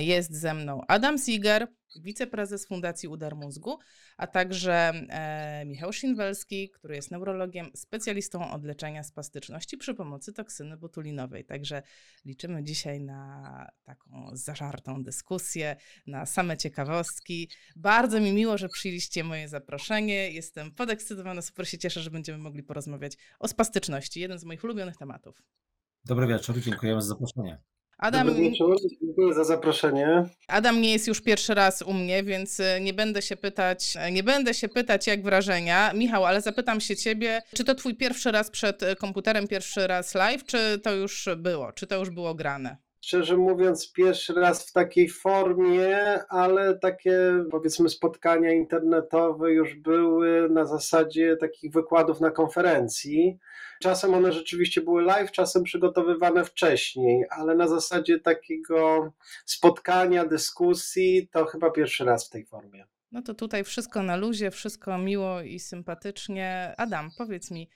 jest ze mną Adam Ziger, wiceprezes Fundacji Udar Mózgu, a także Michał Szynwelski, który jest neurologiem, specjalistą od leczenia spastyczności przy pomocy toksyny botulinowej. Także liczymy dzisiaj na taką zażartą dyskusję, na same ciekawostki. Bardzo mi miło, że przyjęliście moje zaproszenie. Jestem podekscytowana, super się cieszę, że będziemy mogli porozmawiać o spastyczności. Jeden z moich ulubionych tematów. Dobry wieczór, dziękujemy za zaproszenie. Adam, Dobry wieczór, dziękuję za zaproszenie. Adam nie jest już pierwszy raz u mnie, więc nie będę się pytać jak wrażenia. Michał, ale zapytam się ciebie, czy to twój pierwszy raz przed komputerem, pierwszy raz live, czy to już było? Czy to już było grane? Szczerze mówiąc, pierwszy raz w takiej formie, ale takie, powiedzmy, spotkania internetowe już były na zasadzie takich wykładów na konferencji. Czasem one rzeczywiście były live, czasem przygotowywane wcześniej, ale na zasadzie takiego spotkania, dyskusji to chyba pierwszy raz w tej formie. No to tutaj wszystko na luzie, wszystko miło i sympatycznie. Adam, powiedz mi,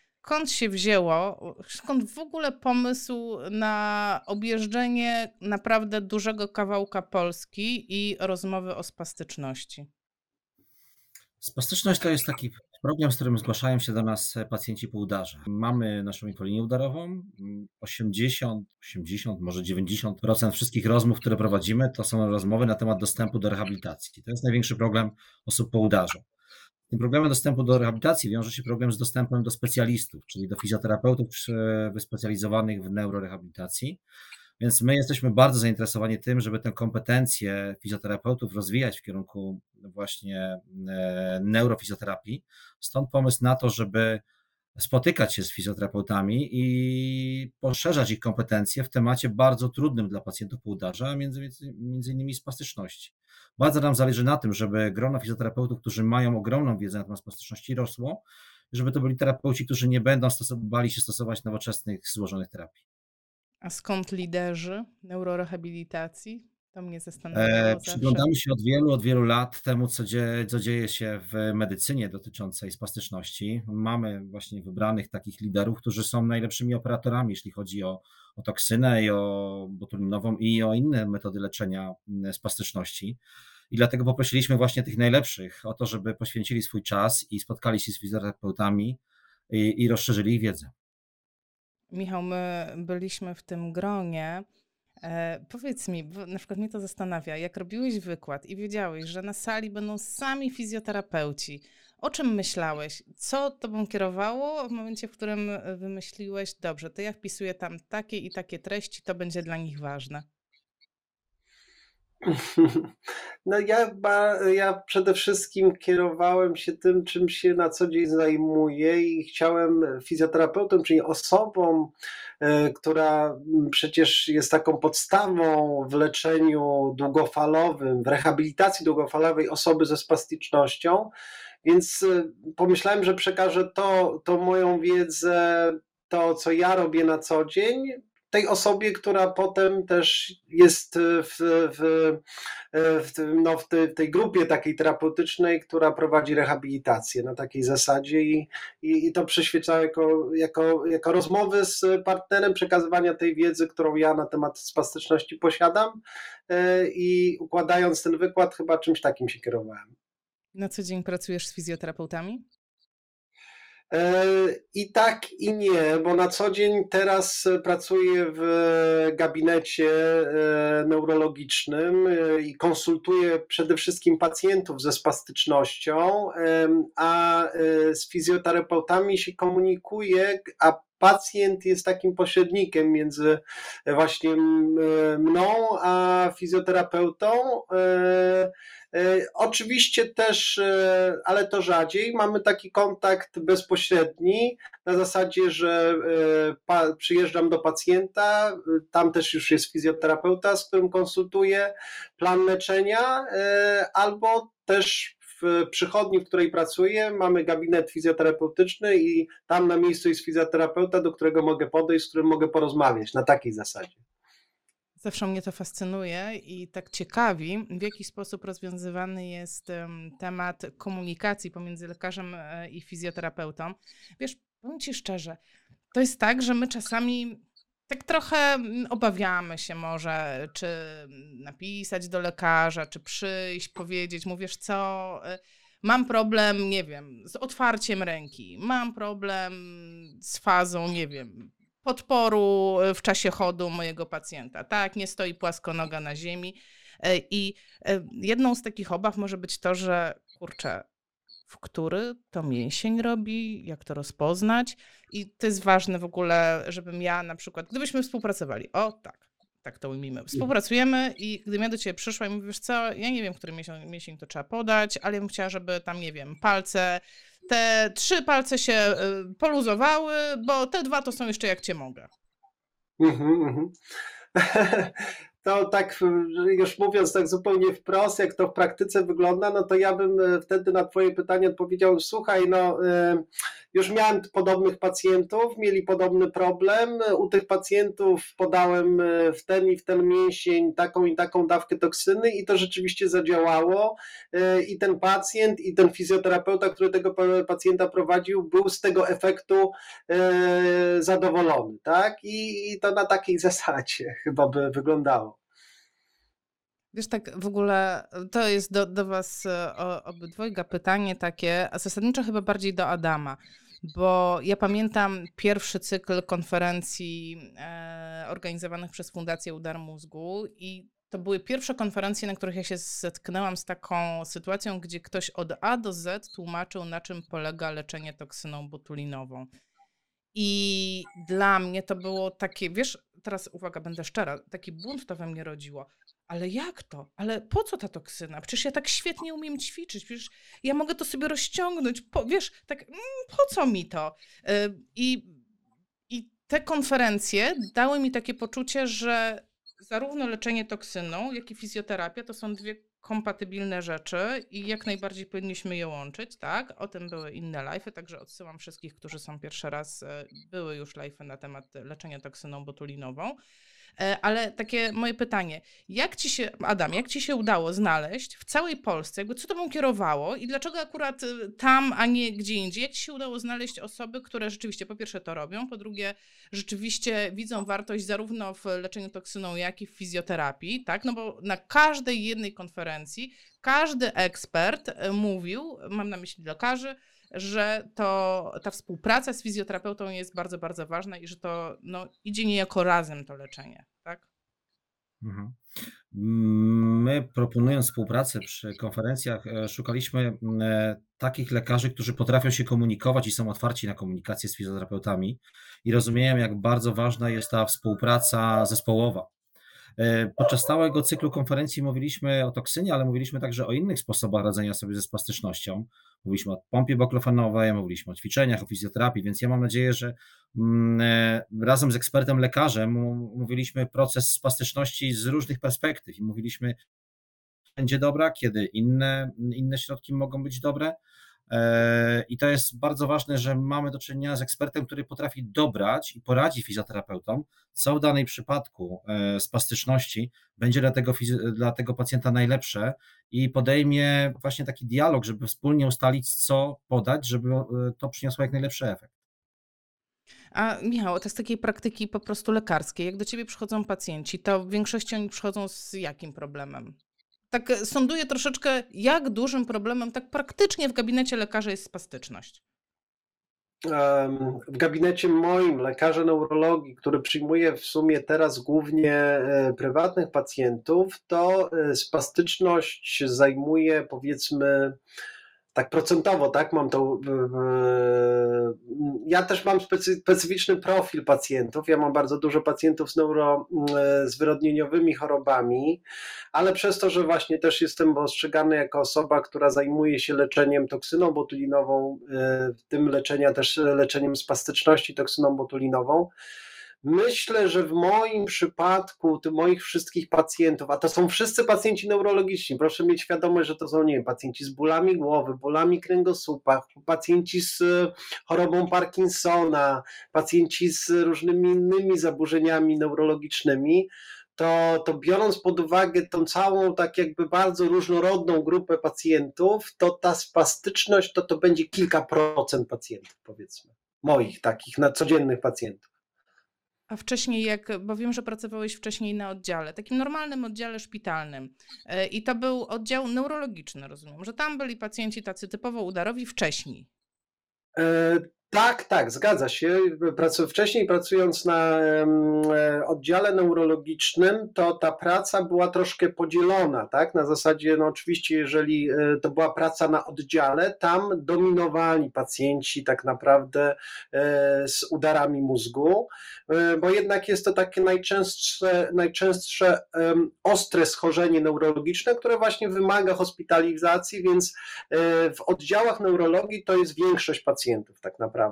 skąd w ogóle pomysł na objeżdżenie naprawdę dużego kawałka Polski i rozmowy o spastyczności? Spastyczność to jest taki problem, z którym zgłaszają się do nas pacjenci po udarze. Mamy naszą infolinię udarową. 80, może 90% wszystkich rozmów, które prowadzimy, to są rozmowy na temat dostępu do rehabilitacji. To jest największy problem osób po udarze. Tym problemem dostępu do rehabilitacji wiąże się problem z dostępem do specjalistów, czyli do fizjoterapeutów wyspecjalizowanych w neurorehabilitacji. Więc my jesteśmy bardzo zainteresowani tym, żeby tę kompetencję fizjoterapeutów rozwijać w kierunku właśnie neurofizjoterapii. Stąd pomysł na to, żeby spotykać się z fizjoterapeutami i poszerzać ich kompetencje w temacie bardzo trudnym dla pacjentów po udarze, a między innymi spastyczności. Bardzo nam zależy na tym, żeby grono fizjoterapeutów, którzy mają ogromną wiedzę na temat spastyczności, rosło, żeby to byli terapeuci, którzy nie będą bali się stosować nowoczesnych, złożonych terapii. A skąd liderzy neurorehabilitacji? To mnie zastanawiało zawsze. Przyglądamy się od wielu lat temu, co dzieje się w medycynie dotyczącej spastyczności. Mamy właśnie wybranych takich liderów, którzy są najlepszymi operatorami, jeśli chodzi o toksynę i o botulinową i o inne metody leczenia spastyczności. I dlatego poprosiliśmy właśnie tych najlepszych o to, żeby poświęcili swój czas i spotkali się z fizjoterapeutami i rozszerzyli ich wiedzę. Michał, my byliśmy w tym gronie. Powiedz mi, bo na przykład mnie to zastanawia, jak robiłeś wykład i wiedziałeś, że na sali będą sami fizjoterapeuci, o czym myślałeś? Co tobą kierowało w momencie, w którym wymyśliłeś, dobrze, to ja wpisuję tam takie i takie treści, to będzie dla nich ważne? No ja przede wszystkim kierowałem się tym, czym się na co dzień zajmuję i chciałem fizjoterapeutą, czyli osobą, która przecież jest taką podstawą w leczeniu długofalowym, w rehabilitacji długofalowej osoby ze spastycznością, więc pomyślałem, że przekażę to moją wiedzę, to co ja robię na co dzień, tej osobie, która potem też jest w tej grupie takiej terapeutycznej, która prowadzi rehabilitację na takiej zasadzie i to przyświeca jako rozmowy z partnerem, przekazywania tej wiedzy, którą ja na temat spastyczności posiadam i układając ten wykład chyba czymś takim się kierowałem. Na co dzień pracujesz z fizjoterapeutami? I tak, i nie, bo na co dzień teraz pracuję w gabinecie neurologicznym i konsultuję przede wszystkim pacjentów ze spastycznością, a z fizjoterapeutami się komunikuję, a pacjent jest takim pośrednikiem między właśnie mną a fizjoterapeutą. Oczywiście też, ale to rzadziej, mamy taki kontakt bezpośredni na zasadzie, że przyjeżdżam do pacjenta, tam też już jest fizjoterapeuta, z którym konsultuję plan leczenia, albo też w przychodni, w której pracuję, mamy gabinet fizjoterapeutyczny i tam na miejscu jest fizjoterapeuta, do którego mogę podejść, z którym mogę porozmawiać na takiej zasadzie. Zawsze mnie to fascynuje i tak ciekawi, w jaki sposób rozwiązywany jest temat komunikacji pomiędzy lekarzem i fizjoterapeutą. Wiesz, powiem ci szczerze, to jest tak, że my czasami tak trochę obawiamy się może, czy napisać do lekarza, czy przyjść, powiedzieć, mówisz co, mam problem, nie wiem, z otwarciem ręki, mam problem z fazą, nie wiem, podporu w czasie chodu mojego pacjenta, tak, nie stoi płasko noga na ziemi. I jedną z takich obaw może być to, że kurczę, w który to mięsień robi, jak to rozpoznać. I to jest ważne w ogóle, żebym ja na przykład, gdybyśmy współpracowali, tak to ujmijmy, współpracujemy i gdybym ja do ciebie przyszła i mówisz, co, ja nie wiem, który mięsień to trzeba podać, ale ja bym chciała, żeby tam, nie wiem, palce, te 3 palce się poluzowały, bo te 2 to są jeszcze jak cię mogę. To tak już mówiąc tak zupełnie wprost, jak to w praktyce wygląda, no to ja bym wtedy na twoje pytanie odpowiedział, słuchaj, no już miałem podobnych pacjentów, mieli podobny problem, u tych pacjentów podałem w ten i w ten mięsień taką i taką dawkę toksyny i to rzeczywiście zadziałało i ten pacjent i ten fizjoterapeuta, który tego pacjenta prowadził, był z tego efektu zadowolony, tak? I to na takiej zasadzie chyba by wyglądało. Wiesz, tak w ogóle to jest do was obydwojga pytanie takie, a zasadniczo chyba bardziej do Adama, bo ja pamiętam pierwszy cykl konferencji organizowanych przez Fundację Udar Mózgu i to były pierwsze konferencje, na których ja się zetknęłam z taką sytuacją, gdzie ktoś od A do Z tłumaczył, na czym polega leczenie toksyną botulinową. I dla mnie to było takie, wiesz, teraz uwaga, będę szczera, taki bunt to we mnie rodziło. Ale jak to? Ale po co ta toksyna? Przecież ja tak świetnie umiem ćwiczyć, przecież ja mogę to sobie rozciągnąć, wiesz, tak po co mi to? I te konferencje dały mi takie poczucie, że zarówno leczenie toksyną, jak i fizjoterapia to są 2 kompatybilne rzeczy i jak najbardziej powinniśmy je łączyć, tak? O tym były inne live'y, także odsyłam wszystkich, którzy są pierwszy raz, były już live'y na temat leczenia toksyną botulinową. Ale takie moje pytanie, Adam, jak ci się udało znaleźć w całej Polsce, jakby co tobą kierowało i dlaczego akurat tam, a nie gdzie indziej? Jak ci się udało znaleźć osoby, które rzeczywiście po pierwsze to robią, po drugie rzeczywiście widzą wartość zarówno w leczeniu toksyną, jak i w fizjoterapii, tak? No bo na każdej jednej konferencji każdy ekspert mówił, mam na myśli lekarzy, że ta współpraca z fizjoterapeutą jest bardzo, bardzo ważna i że to idzie niejako razem to leczenie, tak? My proponując współpracę przy konferencjach szukaliśmy takich lekarzy, którzy potrafią się komunikować i są otwarci na komunikację z fizjoterapeutami i rozumieją, jak bardzo ważna jest ta współpraca zespołowa. Podczas całego cyklu konferencji mówiliśmy o toksynie, ale mówiliśmy także o innych sposobach radzenia sobie ze spastycznością. Mówiliśmy o pompie baklofenowej, mówiliśmy o ćwiczeniach, o fizjoterapii, więc ja mam nadzieję, że razem z ekspertem lekarzem mówiliśmy proces spastyczności z różnych perspektyw i mówiliśmy, będzie dobra, kiedy inne środki mogą być dobre. I to jest bardzo ważne, że mamy do czynienia z ekspertem, który potrafi dobrać i poradzi fizjoterapeutom, co w danym przypadku spastyczności będzie dla tego pacjenta najlepsze i podejmie właśnie taki dialog, żeby wspólnie ustalić, co podać, żeby to przyniosło jak najlepszy efekt. A Michał, to z takiej praktyki po prostu lekarskiej, jak do ciebie przychodzą pacjenci, to w większości oni przychodzą z jakim problemem? Tak sąduję troszeczkę, jak dużym problemem tak praktycznie w gabinecie lekarza jest spastyczność. W gabinecie moim, lekarza neurologii, który przyjmuje w sumie teraz głównie prywatnych pacjentów, to spastyczność zajmuje powiedzmy tak procentowo, tak, mam to, ja też mam specyficzny profil pacjentów, ja mam bardzo dużo pacjentów z wyrodnieniowymi chorobami, ale przez to, że właśnie też jestem postrzegany jako osoba, która zajmuje się leczeniem toksyną botulinową, w tym leczeniem spastyczności toksyną botulinową, myślę, że w moim przypadku, moich wszystkich pacjentów, a to są wszyscy pacjenci neurologiczni, proszę mieć świadomość, że to są, nie wiem, pacjenci z bólami głowy, bólami kręgosłupa, pacjenci z chorobą Parkinsona, pacjenci z różnymi innymi zaburzeniami neurologicznymi, to biorąc pod uwagę tą całą tak jakby bardzo różnorodną grupę pacjentów, to ta spastyczność to będzie kilka procent pacjentów, powiedzmy, moich takich codziennych pacjentów. A wcześniej, bo wiem, że pracowałeś wcześniej na oddziale, takim normalnym oddziale szpitalnym i to był oddział neurologiczny, rozumiem, że tam byli pacjenci tacy typowo udarowi wcześniej. Tak, tak, zgadza się. Wcześniej pracując na oddziale neurologicznym, to ta praca była troszkę podzielona, tak? Na zasadzie, no oczywiście, jeżeli to była praca na oddziale, tam dominowali pacjenci tak naprawdę z udarami mózgu, bo jednak jest to takie najczęstsze ostre schorzenie neurologiczne, które właśnie wymaga hospitalizacji, więc w oddziałach neurologii to jest większość pacjentów tak naprawdę.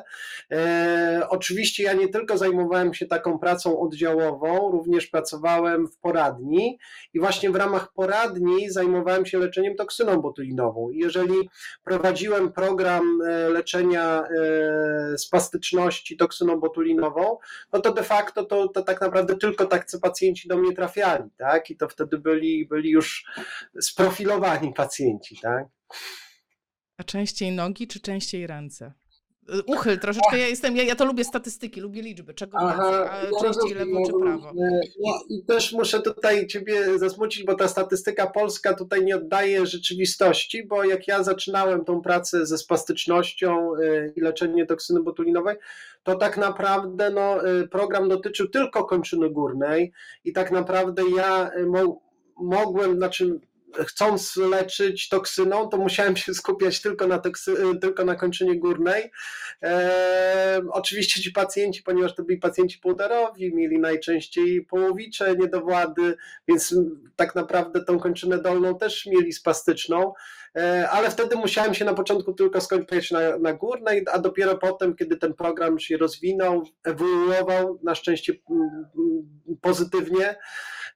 Oczywiście ja nie tylko zajmowałem się taką pracą oddziałową, również pracowałem w poradni i właśnie w ramach poradni zajmowałem się leczeniem toksyną botulinową. Jeżeli prowadziłem program leczenia spastyczności toksyną botulinową, no to de facto to tak naprawdę tylko tacy pacjenci do mnie trafiali, tak? I to wtedy byli już sprofilowani pacjenci, tak? A częściej nogi czy częściej ręce? Uchyl troszeczkę, ja to lubię statystyki, lubię liczby, czego więcej, a częściej lewo czy prawo. I też muszę tutaj Ciebie zasmucić, bo ta statystyka polska tutaj nie oddaje rzeczywistości, bo jak ja zaczynałem tą pracę ze spastycznością i leczenie toksyny botulinowej, to tak naprawdę program dotyczył tylko kończyny górnej i tak naprawdę ja mogłem, chcąc leczyć toksyną, to musiałem się skupiać tylko na kończynie górnej. Oczywiście ci pacjenci, ponieważ to byli pacjenci poudarowi, mieli najczęściej połowicze niedowłady, więc tak naprawdę tą kończynę dolną też mieli spastyczną, ale wtedy musiałem się na początku tylko skupiać na górnej, a dopiero potem, kiedy ten program się rozwinął, ewoluował, na szczęście pozytywnie,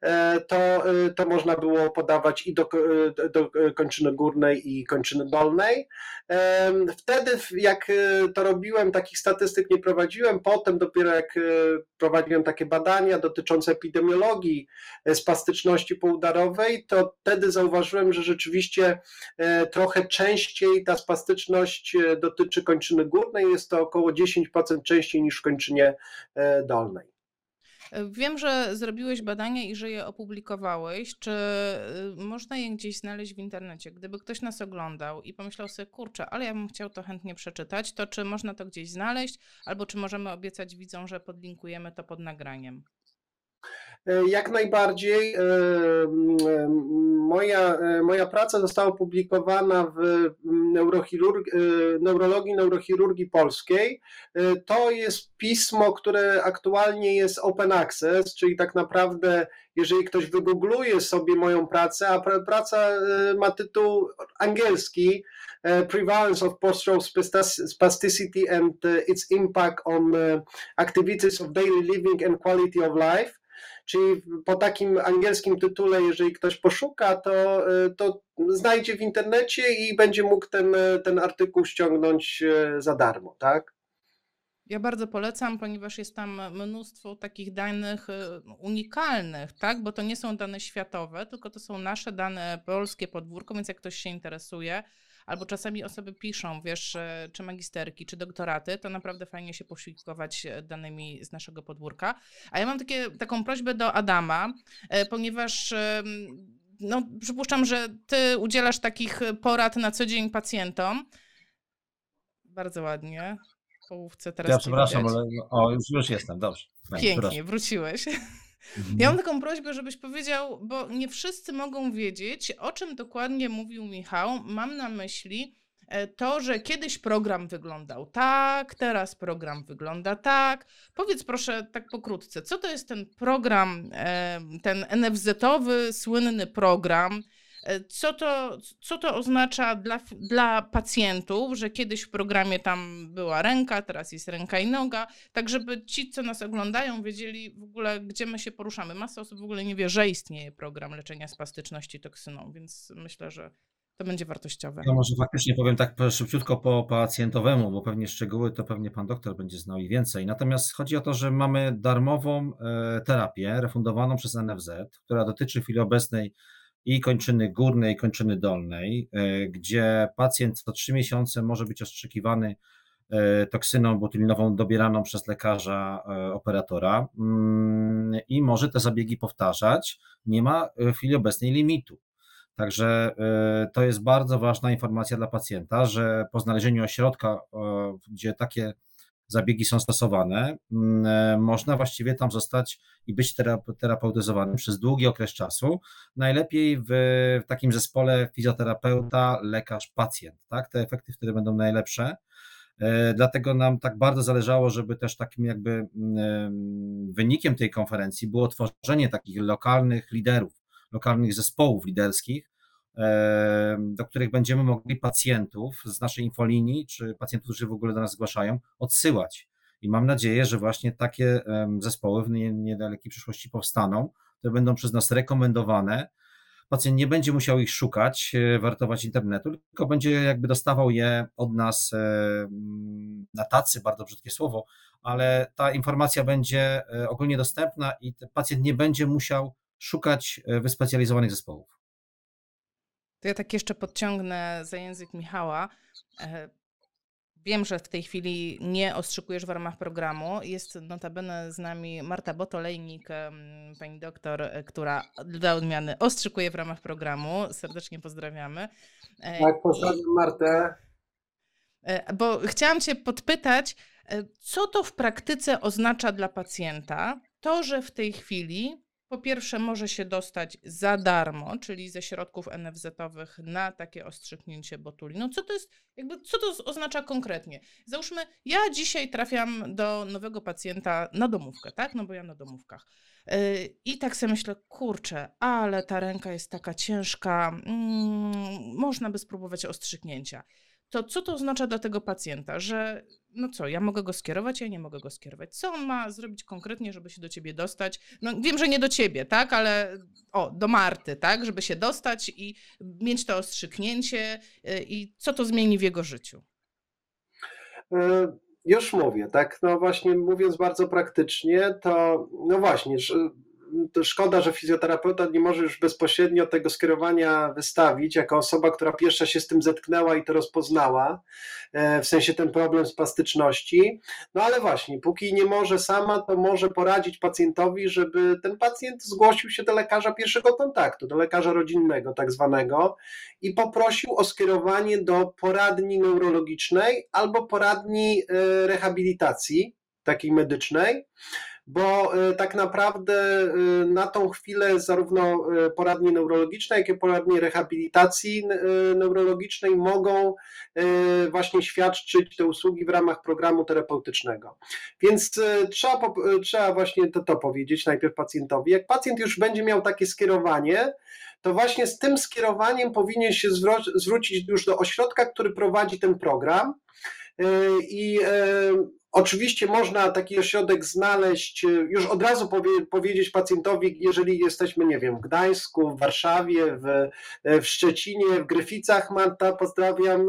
to można było podawać i do kończyny górnej i kończyny dolnej. Wtedy jak to robiłem, takich statystyk nie prowadziłem, potem dopiero jak prowadziłem takie badania dotyczące epidemiologii spastyczności poudarowej, to wtedy zauważyłem, że rzeczywiście trochę częściej ta spastyczność dotyczy kończyny górnej, jest to około 10% częściej niż w kończynie dolnej. Wiem, że zrobiłeś badania i że je opublikowałeś. Czy można je gdzieś znaleźć w internecie? Gdyby ktoś nas oglądał i pomyślał sobie, kurczę, ale ja bym chciał to chętnie przeczytać, to czy można to gdzieś znaleźć? Albo czy możemy obiecać widzom, że podlinkujemy to pod nagraniem? Jak najbardziej. Moja praca została opublikowana w Neurologii Neurochirurgii Polskiej. To jest pismo, które aktualnie jest open access, czyli tak naprawdę jeżeli ktoś wygoogluje sobie moją pracę, a praca ma tytuł angielski, Prevalence of Postural Spasticity and its Impact on Activities of Daily Living and Quality of Life. Czyli po takim angielskim tytule, jeżeli ktoś poszuka, to znajdzie w internecie i będzie mógł ten artykuł ściągnąć za darmo, tak? Ja bardzo polecam, ponieważ jest tam mnóstwo takich danych unikalnych, tak? Bo to nie są dane światowe, tylko to są nasze dane polskie podwórko, więc jak ktoś się interesuje, albo czasami osoby piszą, wiesz, czy magisterki, czy doktoraty, to naprawdę fajnie się posiłkować danymi z naszego podwórka. A ja mam taką prośbę do Adama, ponieważ przypuszczam, że ty udzielasz takich porad na co dzień pacjentom. Bardzo ładnie. W połówce teraz. Ja przepraszam, ale już jestem, dobrze. Pięknie, wróciłeś. Ja mam taką prośbę, żebyś powiedział, bo nie wszyscy mogą wiedzieć, o czym dokładnie mówił Michał. Mam na myśli to, że kiedyś program wyglądał tak, teraz program wygląda tak. Powiedz proszę tak pokrótce, co to jest ten program, ten NFZ-owy, słynny program, co to oznacza dla pacjentów, że kiedyś w programie tam była ręka, teraz jest ręka i noga, tak żeby ci, co nas oglądają, wiedzieli w ogóle, gdzie my się poruszamy. Masa osób w ogóle nie wie, że istnieje program leczenia spastyczności toksyną, więc myślę, że to będzie wartościowe. Ja może faktycznie powiem tak szybciutko po pacjentowemu, bo pewnie szczegóły to pewnie pan doktor będzie znał i więcej. Natomiast chodzi o to, że mamy darmową terapię refundowaną przez NFZ, która dotyczy w chwili obecnej i kończyny górnej, i kończyny dolnej, gdzie pacjent co 3 miesiące może być ostrzykiwany toksyną botulinową dobieraną przez lekarza operatora i może te zabiegi powtarzać. Nie ma w chwili obecnej limitu. Także to jest bardzo ważna informacja dla pacjenta, że po znalezieniu ośrodka, gdzie takie zabiegi są stosowane, można właściwie tam zostać i być terapeutyzowanym przez długi okres czasu. Najlepiej w takim zespole fizjoterapeuta, lekarz, pacjent, tak? Te efekty wtedy będą najlepsze. Dlatego nam tak bardzo zależało, żeby też takim jakby wynikiem tej konferencji było tworzenie takich lokalnych liderów, lokalnych zespołów liderskich, do których będziemy mogli pacjentów z naszej infolinii, czy pacjentów, którzy w ogóle do nas zgłaszają, odsyłać. I mam nadzieję, że właśnie takie zespoły w niedalekiej przyszłości powstaną, które będą przez nas rekomendowane. Pacjent nie będzie musiał ich szukać, wertować internetu, tylko będzie jakby dostawał je od nas na tacy, bardzo brzydkie słowo, ale ta informacja będzie ogólnie dostępna i pacjent nie będzie musiał szukać wyspecjalizowanych zespołów. To ja tak jeszcze podciągnę za język Michała. Wiem, że w tej chwili nie ostrzykujesz w ramach programu. Jest notabene z nami Marta Botolejnik, pani doktor, która dla odmiany ostrzykuje w ramach programu. Serdecznie pozdrawiamy. Tak, pozdrawiam Martę. Bo chciałam cię podpytać, co to w praktyce oznacza dla pacjenta? To, że w tej chwili po pierwsze może się dostać za darmo, czyli ze środków NFZ-owych na takie ostrzyknięcie botulinu. Co to jest, co to oznacza konkretnie? Załóżmy, ja dzisiaj trafiam do nowego pacjenta na domówkę, tak? No bo ja na domówkach. I tak sobie myślę, kurczę, ale ta ręka jest taka ciężka, można by spróbować ostrzyknięcia. To co to oznacza dla tego pacjenta, że no co, ja mogę go skierować, ja nie mogę go skierować. Co on ma zrobić konkretnie, żeby się do ciebie dostać? No wiem, że nie do ciebie, tak, ale do Marty, tak, żeby się dostać i mieć to ostrzyknięcie i co to zmieni w jego życiu? Już mówię, tak, no właśnie mówiąc bardzo praktycznie, to no właśnie, to szkoda, że fizjoterapeuta nie może już bezpośrednio tego skierowania wystawić, jako osoba, która pierwsza się z tym zetknęła i to rozpoznała, w sensie ten problem spastyczności, no ale właśnie, póki nie może sama, to może poradzić pacjentowi, żeby ten pacjent zgłosił się do lekarza pierwszego kontaktu, do lekarza rodzinnego tak zwanego i poprosił o skierowanie do poradni neurologicznej albo poradni rehabilitacji takiej medycznej, bo tak naprawdę na tą chwilę zarówno poradnie neurologiczne, jak i poradnie rehabilitacji neurologicznej mogą właśnie świadczyć te usługi w ramach programu terapeutycznego. Więc trzeba właśnie to powiedzieć najpierw pacjentowi. Jak pacjent już będzie miał takie skierowanie, to właśnie z tym skierowaniem powinien się zwrócić już do ośrodka, który prowadzi ten program i oczywiście można taki ośrodek znaleźć, już od razu powiedzieć pacjentowi, jeżeli jesteśmy, nie wiem, w Gdańsku, w Warszawie, w Szczecinie, w Gryficach, Marta, pozdrawiam,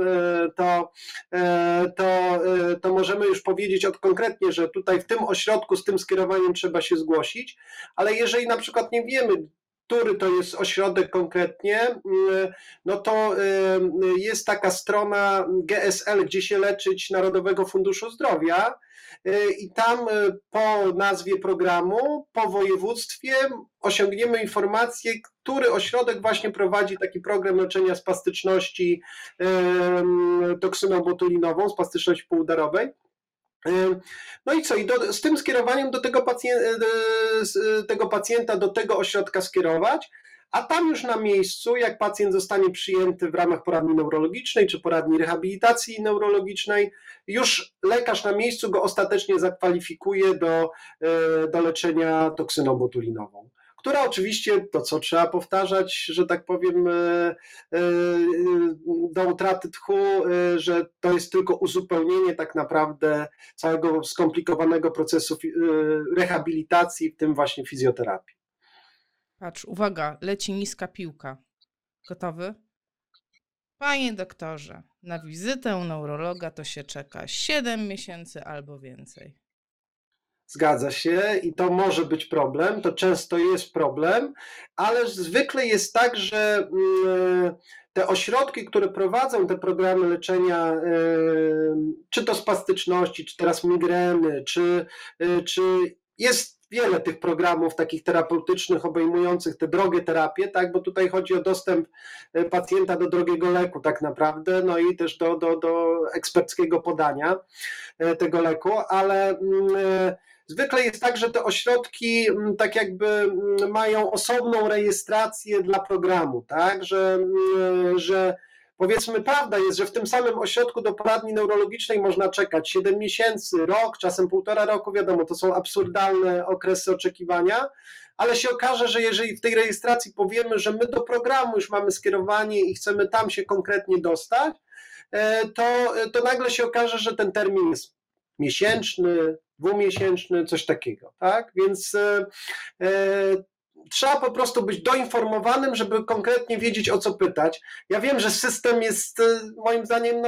to możemy już powiedzieć konkretnie, że tutaj w tym ośrodku z tym skierowaniem trzeba się zgłosić, ale jeżeli na przykład nie wiemy, który to jest ośrodek konkretnie, no to jest taka strona GSL, gdzie się leczyć Narodowego Funduszu Zdrowia i tam po nazwie programu, po województwie osiągniemy informację, który ośrodek właśnie prowadzi taki program leczenia spastyczności toksyną botulinową, spastyczności półudarowej. No i co? I z tym skierowaniem do tego pacjenta do tego ośrodka skierować, a tam już na miejscu, jak pacjent zostanie przyjęty w ramach poradni neurologicznej czy poradni rehabilitacji neurologicznej, już lekarz na miejscu go ostatecznie zakwalifikuje do leczenia toksyną botulinową, która oczywiście, to co trzeba powtarzać, że tak powiem, do utraty tchu, że to jest tylko uzupełnienie tak naprawdę całego skomplikowanego procesu rehabilitacji, w tym właśnie fizjoterapii. Patrz, uwaga, leci niska piłka. Gotowy? Panie doktorze, na wizytę neurologa to się czeka 7 miesięcy albo więcej. Zgadza się i to może być problem, to często jest problem, ale zwykle jest tak, że te ośrodki, które prowadzą te programy leczenia, czy to spastyczności, czy teraz migreny, czy jest wiele tych programów takich terapeutycznych obejmujących te drogie terapie, tak, bo tutaj chodzi o dostęp pacjenta do drogiego leku tak naprawdę, no i też do eksperckiego podania tego leku, ale zwykle jest tak, że te ośrodki tak jakby mają osobną rejestrację dla programu, tak, że powiedzmy prawda jest, że w tym samym ośrodku do poradni neurologicznej można czekać 7 miesięcy, rok, czasem 1,5 roku, wiadomo, to są absurdalne okresy oczekiwania, ale się okaże, że jeżeli w tej rejestracji powiemy, że my do programu już mamy skierowanie i chcemy tam się konkretnie dostać, to nagle się okaże, że ten termin jest miesięczny, 2-miesięczny, coś takiego, tak? Więc trzeba po prostu być doinformowanym, żeby konkretnie wiedzieć, o co pytać. Ja wiem, że system jest moim zdaniem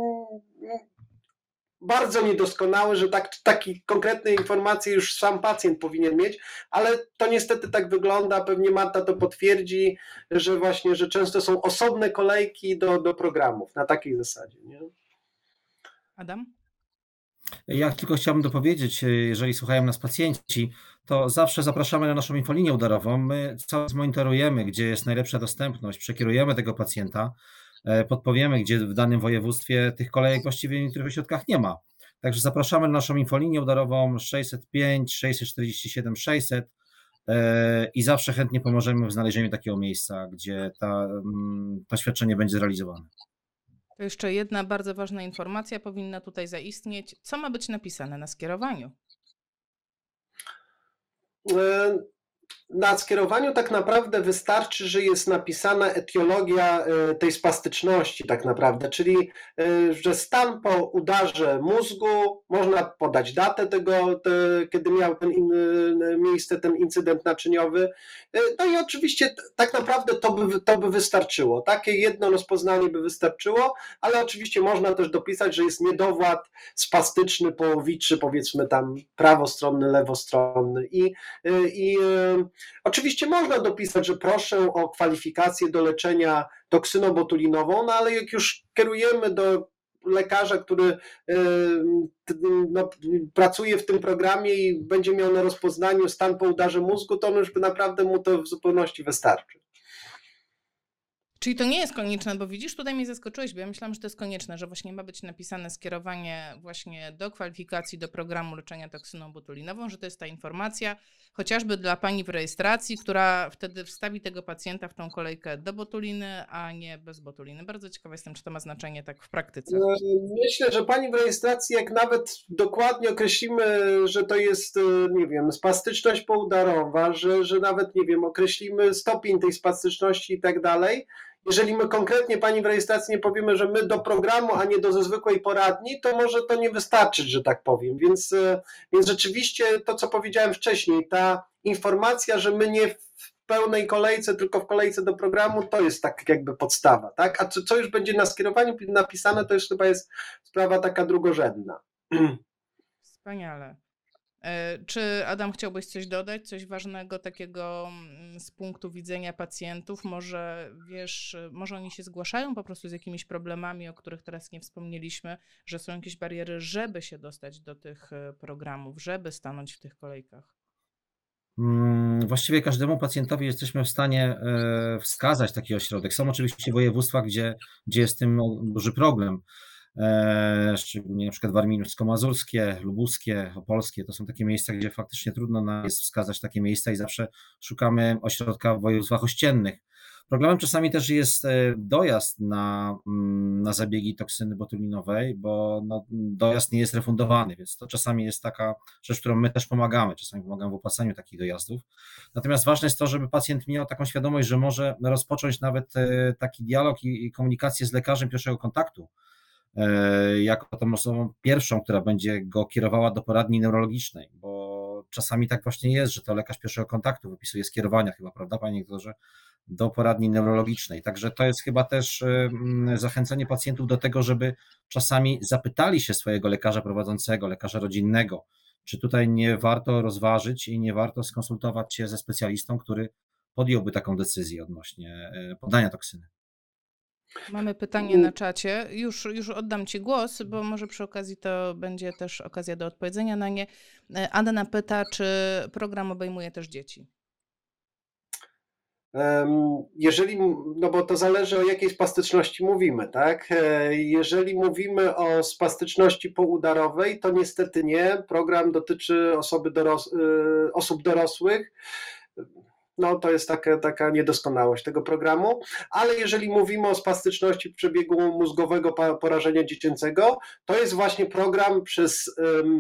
bardzo niedoskonały, że takie konkretne informacje już sam pacjent powinien mieć, ale to niestety tak wygląda, pewnie Marta to potwierdzi, że właśnie, że często są osobne kolejki do programów na takiej zasadzie. Nie? Adam? Ja tylko chciałbym dopowiedzieć, jeżeli słuchają nas pacjenci, to zawsze zapraszamy na naszą infolinię udarową. My cały czas monitorujemy, gdzie jest najlepsza dostępność, przekierujemy tego pacjenta, podpowiemy, gdzie w danym województwie tych kolejek właściwie w niektórych ośrodkach nie ma. Także zapraszamy na naszą infolinię udarową 605 647 600 i zawsze chętnie pomożemy w znalezieniu takiego miejsca, gdzie to świadczenie będzie zrealizowane. To jeszcze jedna bardzo ważna informacja powinna tutaj zaistnieć. Co ma być napisane na skierowaniu? Na skierowaniu tak naprawdę wystarczy, że jest napisana etiologia tej spastyczności tak naprawdę, czyli że stan po udarze mózgu, można podać datę tego, kiedy miał miejsce ten incydent naczyniowy, no i oczywiście tak naprawdę to by wystarczyło, takie jedno rozpoznanie by wystarczyło, ale oczywiście można też dopisać, że jest niedowład spastyczny, połowiczy, powiedzmy tam prawostronny, lewostronny i oczywiście można dopisać, że proszę o kwalifikację do leczenia toksynobotulinową, no ale jak już kierujemy do lekarza, który pracuje w tym programie i będzie miał na rozpoznaniu stan po udarze mózgu, to już naprawdę mu to w zupełności wystarczy. Czyli to nie jest konieczne, bo widzisz, tutaj mnie zaskoczyłeś, bo ja myślałam, że to jest konieczne, że właśnie ma być napisane skierowanie właśnie do kwalifikacji do programu leczenia toksyną botulinową, że to jest ta informacja chociażby dla pani w rejestracji, która wtedy wstawi tego pacjenta w tą kolejkę do botuliny, a nie bez botuliny. Bardzo ciekawa jestem, czy to ma znaczenie tak w praktyce. Myślę, że pani w rejestracji, jak nawet dokładnie określimy, że to jest, nie wiem, spastyczność poudarowa, że nawet, nie wiem, określimy stopień tej spastyczności i tak dalej, jeżeli my konkretnie pani w rejestracji nie powiemy, że my do programu, a nie do zwykłej poradni, to może to nie wystarczyć, że tak powiem. Więc rzeczywiście to, co powiedziałem wcześniej, ta informacja, że my nie w pełnej kolejce, tylko w kolejce do programu, to jest tak jakby podstawa, tak? A co już będzie na skierowaniu napisane, to już chyba jest sprawa taka drugorzędna. Wspaniale. Czy Adam chciałbyś coś dodać, coś ważnego takiego z punktu widzenia pacjentów? Może wiesz, może oni się zgłaszają po prostu z jakimiś problemami, o których teraz nie wspomnieliśmy, że są jakieś bariery, żeby się dostać do tych programów, żeby stanąć w tych kolejkach? Właściwie każdemu pacjentowi jesteśmy w stanie wskazać taki ośrodek. Są oczywiście województwa, gdzie jest z tym duży problem. Szczególnie na przykład warmińsko-mazurskie, lubuskie, opolskie, to są takie miejsca, gdzie faktycznie trudno nam jest wskazać takie miejsca i zawsze szukamy ośrodka w województwach ościennych. Problemem czasami też jest dojazd na zabiegi toksyny botulinowej, bo dojazd nie jest refundowany, więc to czasami jest taka rzecz, którą my też pomagamy, czasami pomagamy w opłacaniu takich dojazdów. Natomiast ważne jest to, żeby pacjent miał taką świadomość, że może rozpocząć nawet taki dialog i komunikację z lekarzem pierwszego kontaktu, jako tą osobą pierwszą, która będzie go kierowała do poradni neurologicznej, bo czasami tak właśnie jest, że to lekarz pierwszego kontaktu wypisuje skierowania chyba, prawda, panie doktorze, do poradni neurologicznej. Także to jest chyba też zachęcenie pacjentów do tego, żeby czasami zapytali się swojego lekarza prowadzącego, lekarza rodzinnego, Czy tutaj nie warto rozważyć i nie warto skonsultować się ze specjalistą, który podjąłby taką decyzję odnośnie podania toksyny? Mamy pytanie na czacie. Już oddam Ci głos, bo może przy okazji to będzie też okazja do odpowiedzenia na nie. Anna pyta, czy program obejmuje też dzieci? Jeżeli, no bo to zależy, o jakiej spastyczności mówimy, tak? Jeżeli mówimy o spastyczności poudarowej, to niestety nie. Program dotyczy osób dorosłych. No to jest taka niedoskonałość tego programu, ale jeżeli mówimy o spastyczności przebiegu mózgowego porażenia dziecięcego, to jest właśnie program przez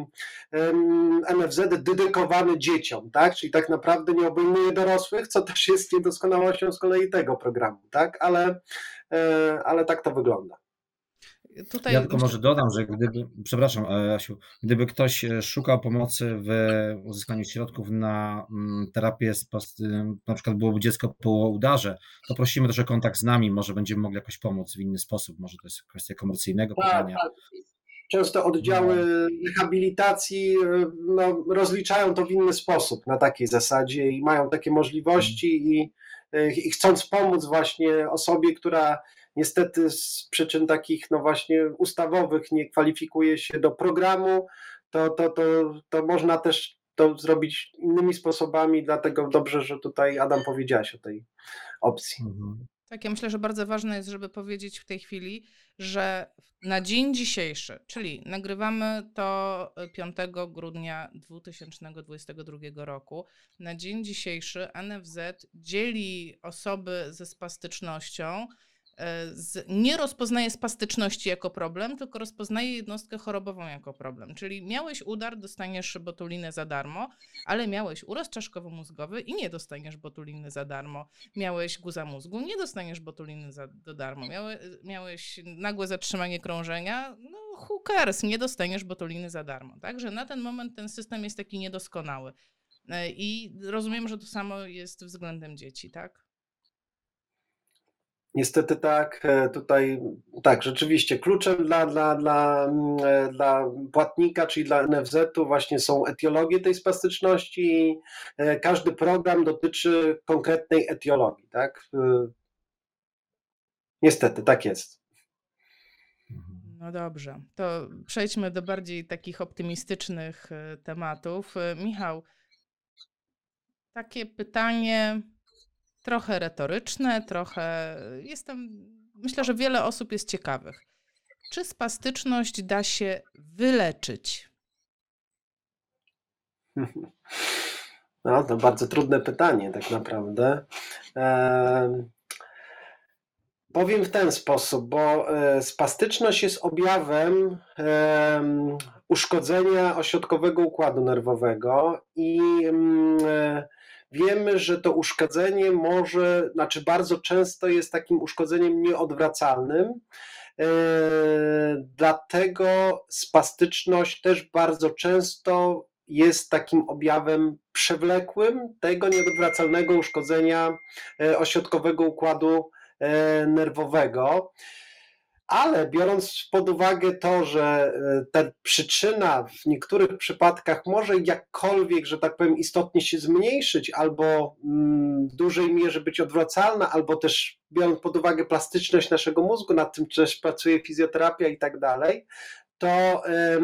NFZ dedykowany dzieciom, tak? Czyli tak naprawdę nie obejmuje dorosłych, co też jest niedoskonałością z kolei tego programu, tak? Ale tak to wygląda. Ja tylko może dodam, że przepraszam Asiu, gdyby ktoś szukał pomocy w uzyskaniu środków na terapię, na przykład byłoby dziecko po udarze, to prosimy też o kontakt z nami, może będziemy mogli jakoś pomóc w inny sposób, może to jest kwestia komercyjnego pytania. Tak. Często oddziały rehabilitacji rozliczają to w inny sposób, na takiej zasadzie i mają takie możliwości i chcąc pomóc właśnie osobie, która niestety z przyczyn takich właśnie ustawowych nie kwalifikuje się do programu, to można też to zrobić innymi sposobami, dlatego dobrze, że tutaj Adam powiedziałeś o tej opcji. Tak, ja myślę, że bardzo ważne jest, żeby powiedzieć w tej chwili, że na dzień dzisiejszy, czyli nagrywamy to 5 grudnia 2022 roku, na dzień dzisiejszy NFZ dzieli osoby ze spastycznością, nie rozpoznaje spastyczności jako problem, tylko rozpoznaje jednostkę chorobową jako problem. Czyli miałeś udar, dostaniesz botulinę za darmo, ale miałeś uraz czaszkowo-mózgowy i nie dostaniesz botuliny za darmo. Miałeś guza mózgu, nie dostaniesz botuliny za darmo. Miałeś nagłe zatrzymanie krążenia, no who cares, nie dostaniesz botuliny za darmo. Także na ten moment ten system jest taki niedoskonały. I rozumiem, że to samo jest względem dzieci, tak? Niestety tak, tutaj tak, rzeczywiście kluczem dla płatnika, czyli dla NFZ-u właśnie są etiologie tej spastyczności. Każdy program dotyczy konkretnej etiologii, tak? Niestety, tak jest. No dobrze, to przejdźmy do bardziej takich optymistycznych tematów. Michał, takie pytanie trochę retoryczne, myślę, że wiele osób jest ciekawych. Czy spastyczność da się wyleczyć? No, to bardzo trudne pytanie tak naprawdę. Powiem w ten sposób, bo spastyczność jest objawem uszkodzenia ośrodkowego układu nerwowego i wiemy, że to uszkodzenie bardzo często jest takim uszkodzeniem nieodwracalnym, dlatego spastyczność też bardzo często jest takim objawem przewlekłym tego nieodwracalnego uszkodzenia ośrodkowego układu nerwowego. Ale biorąc pod uwagę to, że ta przyczyna w niektórych przypadkach może jakkolwiek, że tak powiem, istotnie się zmniejszyć, albo w dużej mierze być odwracalna, albo też biorąc pod uwagę plastyczność naszego mózgu, nad tym też pracuje fizjoterapia i tak dalej, to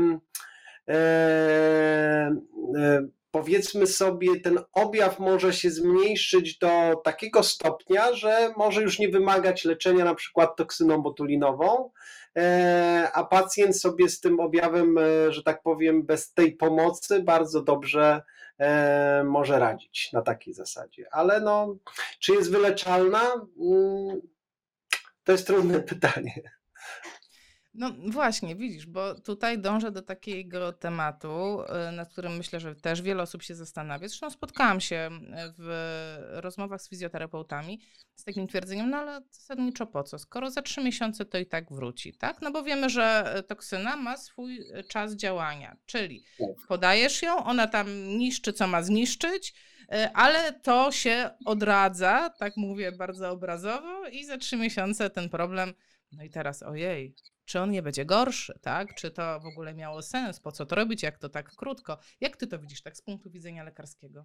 powiedzmy sobie, ten objaw może się zmniejszyć do takiego stopnia, że może już nie wymagać leczenia na przykład toksyną botulinową, a pacjent sobie z tym objawem, że tak powiem, bez tej pomocy bardzo dobrze może radzić na takiej zasadzie. Ale czy jest wyleczalna? To jest trudne pytanie. No właśnie, widzisz, bo tutaj dążę do takiego tematu, nad którym myślę, że też wiele osób się zastanawia. Zresztą spotkałam się w rozmowach z fizjoterapeutami z takim twierdzeniem, no ale zasadniczo po co? Skoro za 3 miesiące to i tak wróci, tak? No bo wiemy, że toksyna ma swój czas działania, czyli podajesz ją, ona tam niszczy, co ma zniszczyć, ale to się odradza, tak mówię bardzo obrazowo i za 3 miesiące ten problem No i teraz, ojej, czy on nie będzie gorszy, tak? Czy to w ogóle miało sens? Po co to robić, jak to tak krótko? Jak ty to widzisz, tak z punktu widzenia lekarskiego?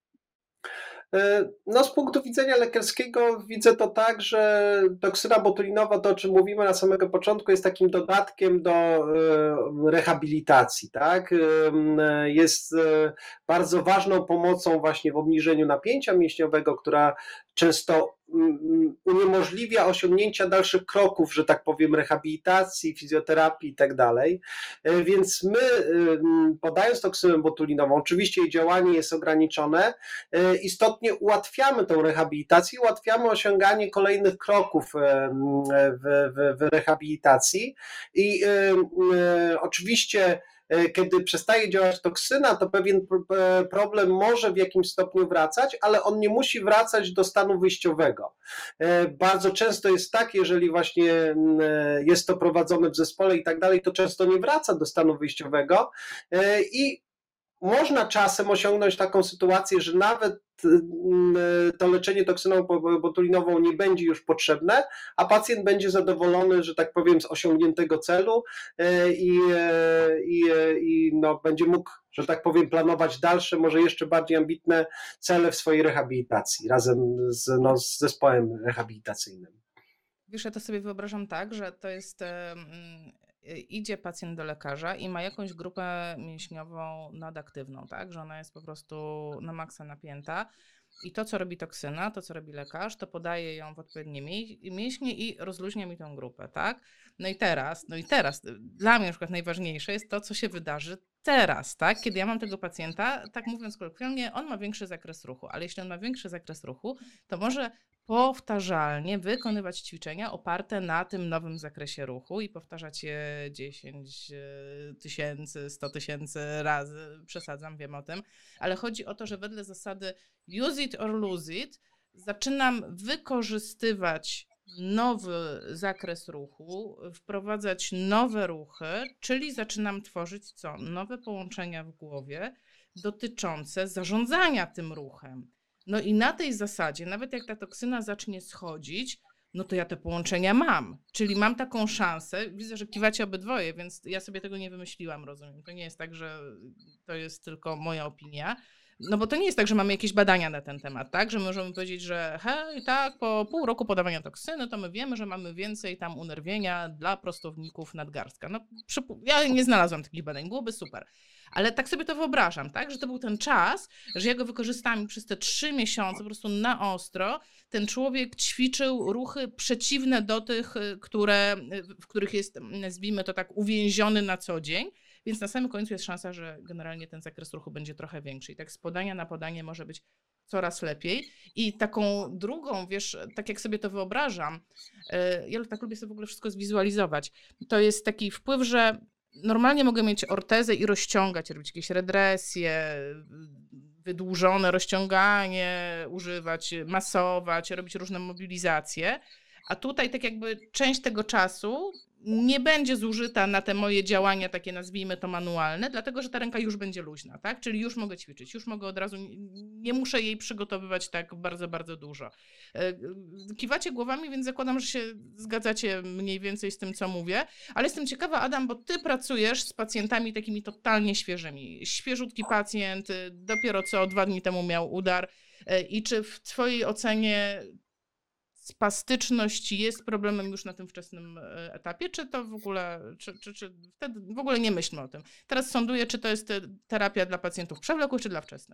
No, z punktu widzenia lekarskiego widzę to tak, że toksyna botulinowa, to o czym mówimy na samego początku, jest takim dodatkiem do rehabilitacji, tak? Jest bardzo ważną pomocą właśnie w obniżeniu napięcia mięśniowego, która często uniemożliwia osiągnięcia dalszych kroków, że tak powiem, rehabilitacji, fizjoterapii i tak dalej. Więc my, podając toksynę botulinową, oczywiście jej działanie jest ograniczone, istotnie ułatwiamy tą rehabilitację, ułatwiamy osiąganie kolejnych kroków w rehabilitacji i oczywiście kiedy przestaje działać toksyna, to pewien problem może w jakimś stopniu wracać, ale on nie musi wracać do stanu wyjściowego. Bardzo często jest tak, jeżeli właśnie jest to prowadzone w zespole i tak dalej, to często nie wraca do stanu wyjściowego i można czasem osiągnąć taką sytuację, że nawet to leczenie toksyną botulinową nie będzie już potrzebne, a pacjent będzie zadowolony, że tak powiem, z osiągniętego celu i no, będzie mógł, że tak powiem, planować dalsze, może jeszcze bardziej ambitne cele w swojej rehabilitacji razem z zespołem rehabilitacyjnym. Wiesz, ja to sobie wyobrażam tak, że to jest, idzie pacjent do lekarza i ma jakąś grupę mięśniową nadaktywną, tak, że ona jest po prostu na maksa napięta i to, co robi toksyna, to, co robi lekarz, to podaje ją w odpowiednie mięśnie i rozluźnia mi tą grupę, tak. No i teraz, dla mnie na przykład najważniejsze jest to, co się wydarzy teraz, tak, kiedy ja mam tego pacjenta, tak mówiąc kolokwialnie, on ma większy zakres ruchu, ale jeśli on ma większy zakres ruchu, to może powtarzalnie wykonywać ćwiczenia oparte na tym nowym zakresie ruchu i powtarzać je 10 tysięcy, 100 tysięcy razy, przesadzam, wiem o tym, ale chodzi o to, że wedle zasady use it or lose it zaczynam wykorzystywać nowy zakres ruchu, wprowadzać nowe ruchy, czyli zaczynam tworzyć co? Nowe połączenia w głowie dotyczące zarządzania tym ruchem. No i na tej zasadzie, nawet jak ta toksyna zacznie schodzić, no to ja te połączenia mam. Czyli mam taką szansę, widzę, że kiwacie obydwoje, więc ja sobie tego nie wymyśliłam, rozumiem. To nie jest tak, że to jest tylko moja opinia. No bo to nie jest tak, że mamy jakieś badania na ten temat, tak? Że możemy powiedzieć, że hej, tak, po pół roku podawania toksyny, to my wiemy, że mamy więcej tam unerwienia dla prostowników nadgarstka. No, ja nie znalazłam takich badań, byłoby super. Ale tak sobie to wyobrażam, tak? Że to był ten czas, że ja go wykorzystałam i przez te 3 miesiące po prostu na ostro ten człowiek ćwiczył ruchy przeciwne do tych, w których jest, nazwijmy to tak, uwięziony na co dzień. Więc na samym końcu jest szansa, że generalnie ten zakres ruchu będzie trochę większy. I tak z podania na podanie może być coraz lepiej. I taką drugą, wiesz, tak jak sobie to wyobrażam, ja tak lubię sobie w ogóle wszystko zwizualizować, to jest taki wpływ, że normalnie mogę mieć ortezę i rozciągać, robić jakieś redresje, wydłużone rozciąganie, używać, masować, robić różne mobilizacje. A tutaj tak jakby część tego czasu nie będzie zużyta na te moje działania, takie nazwijmy to manualne, dlatego że ta ręka już będzie luźna, tak? Czyli już mogę ćwiczyć, już mogę od razu, nie muszę jej przygotowywać tak bardzo, bardzo dużo. Kiwacie głowami, więc zakładam, że się zgadzacie mniej więcej z tym, co mówię, ale jestem ciekawa, Adam, bo ty pracujesz z pacjentami takimi totalnie świeżymi. Świeżutki pacjent, dopiero co 2 dni temu miał udar. I czy w twojej ocenie spastyczność jest problemem już na tym wczesnym etapie, czy to w ogóle, czy wtedy w ogóle nie myślmy o tym. Teraz sąduję, czy to jest terapia dla pacjentów przewlekłych, czy dla wczesnych.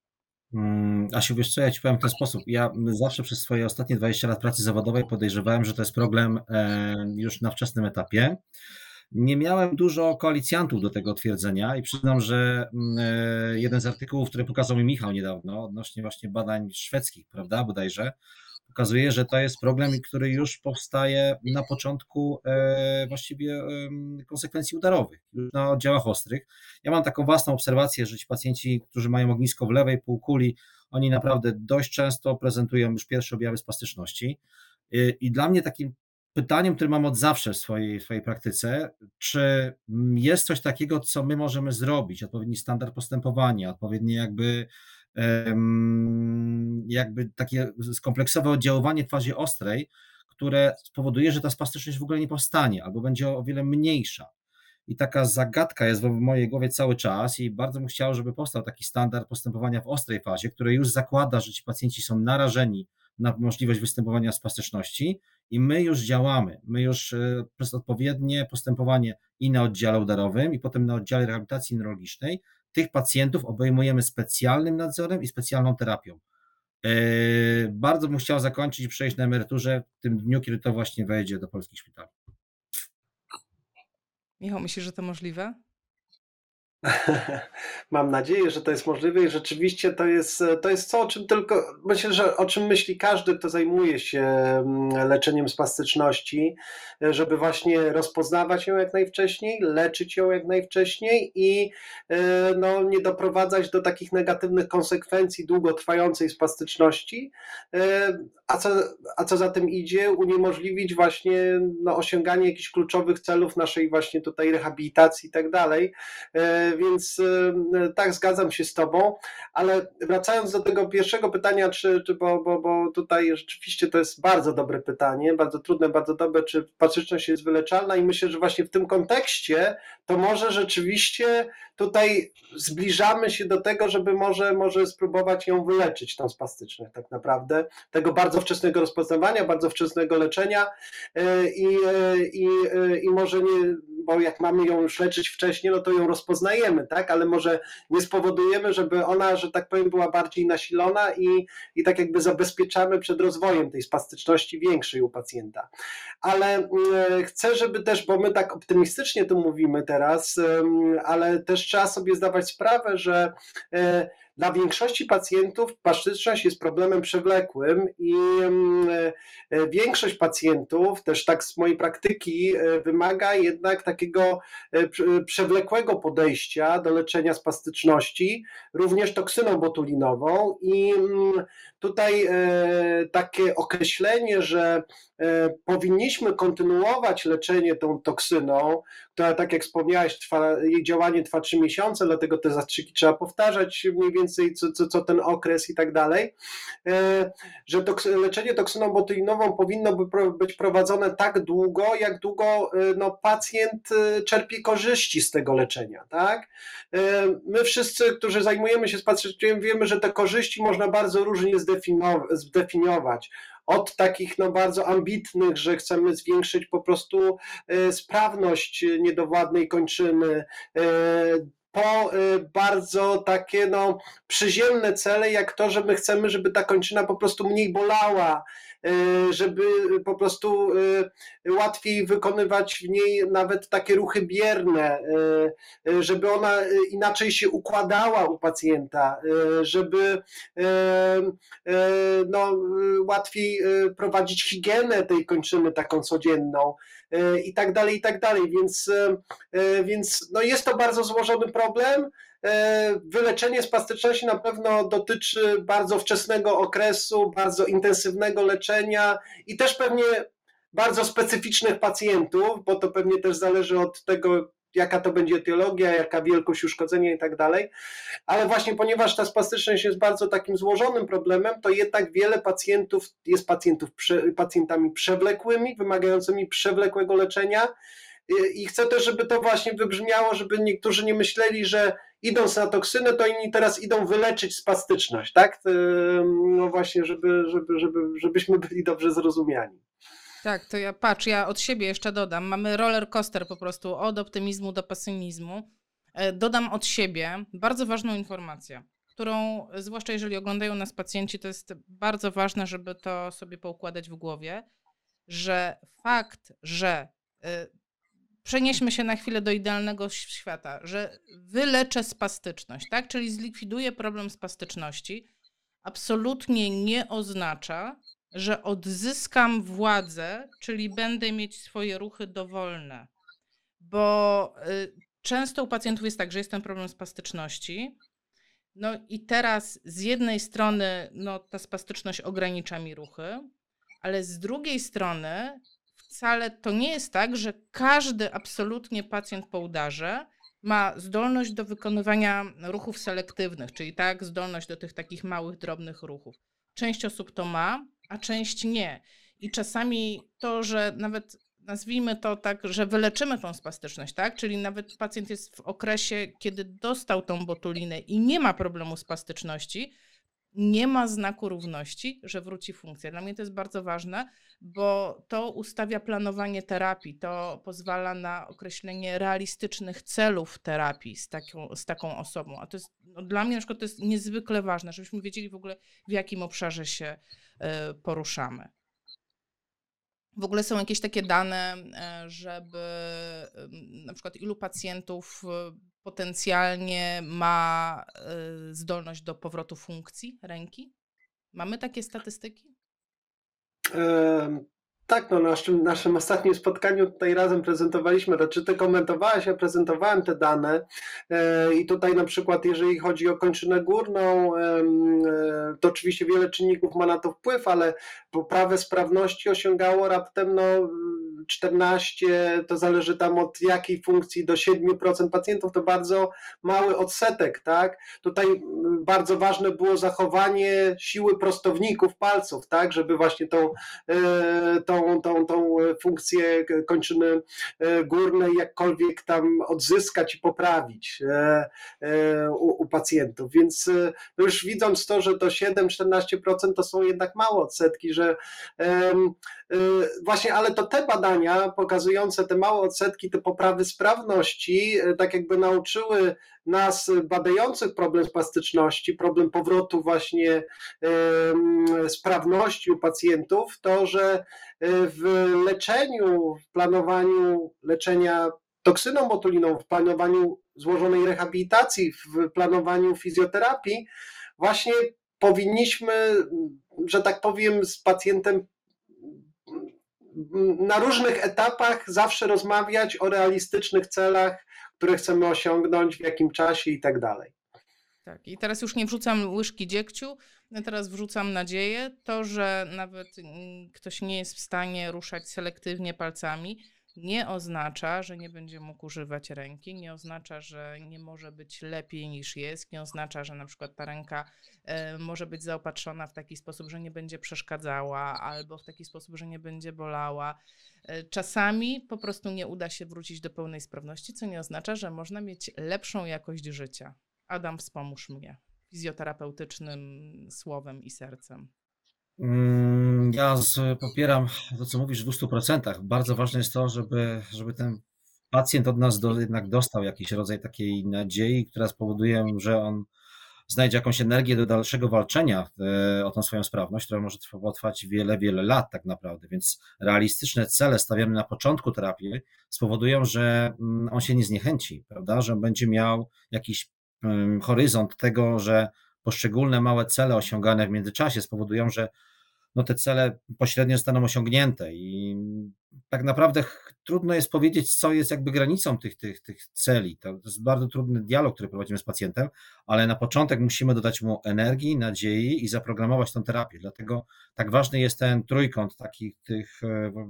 Asiu, wiesz co, ja ci powiem w ten sposób. Ja zawsze przez swoje ostatnie 20 lat pracy zawodowej podejrzewałem, że to jest problem już na wczesnym etapie. Nie miałem dużo koalicjantów do tego twierdzenia i przyznam, że jeden z artykułów, który pokazał mi Michał niedawno, odnośnie właśnie badań szwedzkich, prawda, bodajże, pokazuje, że to jest problem, który już powstaje na początku właściwie konsekwencji udarowych, już na oddziałach ostrych. Ja mam taką własną obserwację, że ci pacjenci, którzy mają ognisko w lewej półkuli, oni naprawdę dość często prezentują już pierwsze objawy spastyczności. I dla mnie takim pytaniem, które mam od zawsze w swojej praktyce, czy jest coś takiego, co my możemy zrobić, odpowiedni standard postępowania, odpowiednie jakby takie kompleksowe oddziaływanie w fazie ostrej, które spowoduje, że ta spastyczność w ogóle nie powstanie albo będzie o wiele mniejsza. I taka zagadka jest w mojej głowie cały czas i bardzo bym chciał, żeby powstał taki standard postępowania w ostrej fazie, który już zakłada, że ci pacjenci są narażeni na możliwość występowania spastyczności i my już działamy, my już przez odpowiednie postępowanie i na oddziale udarowym i potem na oddziale rehabilitacji neurologicznej tych pacjentów obejmujemy specjalnym nadzorem i specjalną terapią. Bardzo bym chciał zakończyć i przejść na emeryturze w tym dniu, kiedy to właśnie wejdzie do polskich szpitali. Michał, myślisz, że to możliwe? Mam nadzieję, że to jest możliwe i rzeczywiście to jest co, o czym tylko, myślę, że o czym myśli każdy, kto zajmuje się leczeniem spastyczności, żeby właśnie rozpoznawać ją jak najwcześniej, leczyć ją jak najwcześniej i no, nie doprowadzać do takich negatywnych konsekwencji długotrwającej spastyczności, a co za tym idzie, uniemożliwić właśnie no, osiąganie jakichś kluczowych celów naszej właśnie tutaj rehabilitacji i tak dalej. Więc tak, zgadzam się z Tobą, ale wracając do tego pierwszego pytania, bo tutaj rzeczywiście to jest bardzo dobre pytanie, bardzo trudne, bardzo dobre, czy spastyczność jest wyleczalna i myślę, że właśnie w tym kontekście to może rzeczywiście tutaj zbliżamy się do tego, żeby może spróbować ją wyleczyć, tą spastyczność tak naprawdę, tego bardzo wczesnego rozpoznawania, bardzo wczesnego leczenia i może nie, bo jak mamy ją już leczyć wcześniej, no to ją rozpoznajemy, tak, ale może nie spowodujemy, żeby ona, że tak powiem, była bardziej nasilona i tak jakby zabezpieczamy przed rozwojem tej spastyczności większej u pacjenta. Ale chcę, żeby też, bo my tak optymistycznie tu mówimy teraz, ale też trzeba sobie zdawać sprawę, że dla większości pacjentów spastyczność jest problemem przewlekłym i większość pacjentów, też tak z mojej praktyki, wymaga jednak takiego przewlekłego podejścia do leczenia spastyczności, również toksyną botulinową i tutaj takie określenie, że powinniśmy kontynuować leczenie tą toksyną, która, tak jak wspomniałeś, jej działanie trwa 3 miesiące, dlatego te zastrzyki trzeba powtarzać mniej więcej co ten okres i tak dalej, że leczenie toksyną botulinową powinno być prowadzone tak długo, jak długo no, pacjent czerpie korzyści z tego leczenia. Tak? My wszyscy, którzy zajmujemy się spastycznością, wiemy, że te korzyści można bardzo różnie zdefiniować. Od takich no, bardzo ambitnych, że chcemy zwiększyć po prostu sprawność niedowładnej kończyny, po bardzo takie no, przyziemne cele, jak to, że my chcemy, żeby ta kończyna po prostu mniej bolała, żeby po prostu łatwiej wykonywać w niej nawet takie ruchy bierne, żeby ona inaczej się układała u pacjenta, żeby no, łatwiej prowadzić higienę tej kończyny taką codzienną i tak dalej, więc no jest to bardzo złożony problem. Wyleczenie spastyczności na pewno dotyczy bardzo wczesnego okresu, bardzo intensywnego leczenia i też pewnie bardzo specyficznych pacjentów, bo to pewnie też zależy od tego, jaka to będzie etiologia, jaka wielkość uszkodzenia i tak dalej, ale właśnie ponieważ ta spastyczność jest bardzo takim złożonym problemem, to jednak wiele pacjentów jest pacjentami przewlekłymi, wymagającymi przewlekłego leczenia i chcę też, żeby to właśnie wybrzmiało, żeby niektórzy nie myśleli, że idąc na toksynę, to inni teraz idą wyleczyć spastyczność, tak? No właśnie, żebyśmy byli dobrze zrozumiani. Tak, to ja od siebie jeszcze dodam. Mamy roller coaster po prostu od optymizmu do pesymizmu. Dodam od siebie bardzo ważną informację, którą zwłaszcza jeżeli oglądają nas pacjenci, to jest bardzo ważne, żeby to sobie poukładać w głowie, że fakt, że przenieśmy się na chwilę do idealnego świata, że wyleczę spastyczność, tak? Czyli zlikwiduję problem spastyczności, absolutnie nie oznacza, że odzyskam władzę, czyli będę mieć swoje ruchy dowolne. Bo często u pacjentów jest tak, że jest ten problem spastyczności, no i teraz z jednej strony no, ta spastyczność ogranicza mi ruchy, ale z drugiej strony wcale to nie jest tak, że każdy absolutnie pacjent po udarze ma zdolność do wykonywania ruchów selektywnych, czyli tak, zdolność do tych takich małych, drobnych ruchów. Część osób to ma, a część nie. I czasami to, że nawet nazwijmy to tak, że wyleczymy tą spastyczność, tak? Czyli nawet pacjent jest w okresie, kiedy dostał tą botulinę i nie ma problemu spastyczności, nie ma znaku równości, że wróci funkcja. Dla mnie to jest bardzo ważne, bo to ustawia planowanie terapii, to pozwala na określenie realistycznych celów terapii z taką osobą. A to jest, no dla mnie na przykład to jest niezwykle ważne, żebyśmy wiedzieli w ogóle, w jakim obszarze się poruszamy. W ogóle są jakieś takie dane, żeby na przykład ilu pacjentów potencjalnie ma zdolność do powrotu funkcji ręki? Mamy takie statystyki? Tak, no naszym ostatnim spotkaniu tutaj razem prezentowaliśmy, to czy ty komentowałaś, ja prezentowałem te dane i tutaj na przykład jeżeli chodzi o kończynę górną, to oczywiście wiele czynników ma na to wpływ, ale poprawę sprawności osiągało raptem 14, to zależy tam od jakiej funkcji, do 7% pacjentów, to bardzo mały odsetek, tak? Tutaj bardzo ważne było zachowanie siły prostowników palców, tak? Żeby właśnie tą funkcję kończyny górnej jakkolwiek tam odzyskać i poprawić u pacjentów. Więc no już widząc to, że to 7-14% to są jednak małe odsetki, że właśnie, ale to te badania pokazujące te małe odsetki, te poprawy sprawności, tak jakby nauczyły nas badających problem spastyczności, problem powrotu właśnie sprawności u pacjentów, to, że w leczeniu, w planowaniu leczenia toksyną botulinową, w planowaniu złożonej rehabilitacji, w planowaniu fizjoterapii, właśnie powinniśmy, że tak powiem, z pacjentem na różnych etapach zawsze rozmawiać o realistycznych celach, które chcemy osiągnąć, w jakim czasie i tak dalej. Tak, i teraz już nie wrzucam łyżki dziegciu, teraz wrzucam nadzieję. To, że nawet ktoś nie jest w stanie ruszać selektywnie palcami, nie oznacza, że nie będzie mógł używać ręki, nie oznacza, że nie może być lepiej niż jest, nie oznacza, że na przykład ta ręka może być zaopatrzona w taki sposób, że nie będzie przeszkadzała, albo w taki sposób, że nie będzie bolała. Czasami po prostu nie uda się wrócić do pełnej sprawności, co nie oznacza, że można mieć lepszą jakość życia. Adam, wspomóż mnie fizjoterapeutycznym słowem i sercem. Ja popieram to, co mówisz w 200%. Bardzo ważne jest to, żeby ten pacjent od nas jednak dostał jakiś rodzaj takiej nadziei, która spowoduje, że on znajdzie jakąś energię do dalszego walczenia o tą swoją sprawność, która może trwać wiele, wiele lat tak naprawdę, więc realistyczne cele stawiane na początku terapii spowodują, że on się nie zniechęci, prawda, że on będzie miał jakiś horyzont tego, że poszczególne małe cele osiągane w międzyczasie spowodują, że no te cele pośrednio zostaną osiągnięte i tak naprawdę trudno jest powiedzieć, co jest jakby granicą tych celi. To jest bardzo trudny dialog, który prowadzimy z pacjentem, ale na początek musimy dodać mu energii, nadziei i zaprogramować tę terapię. Dlatego tak ważny jest ten trójkąt tych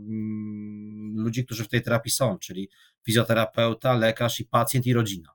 ludzi, którzy w tej terapii są, czyli fizjoterapeuta, lekarz i pacjent i rodzina.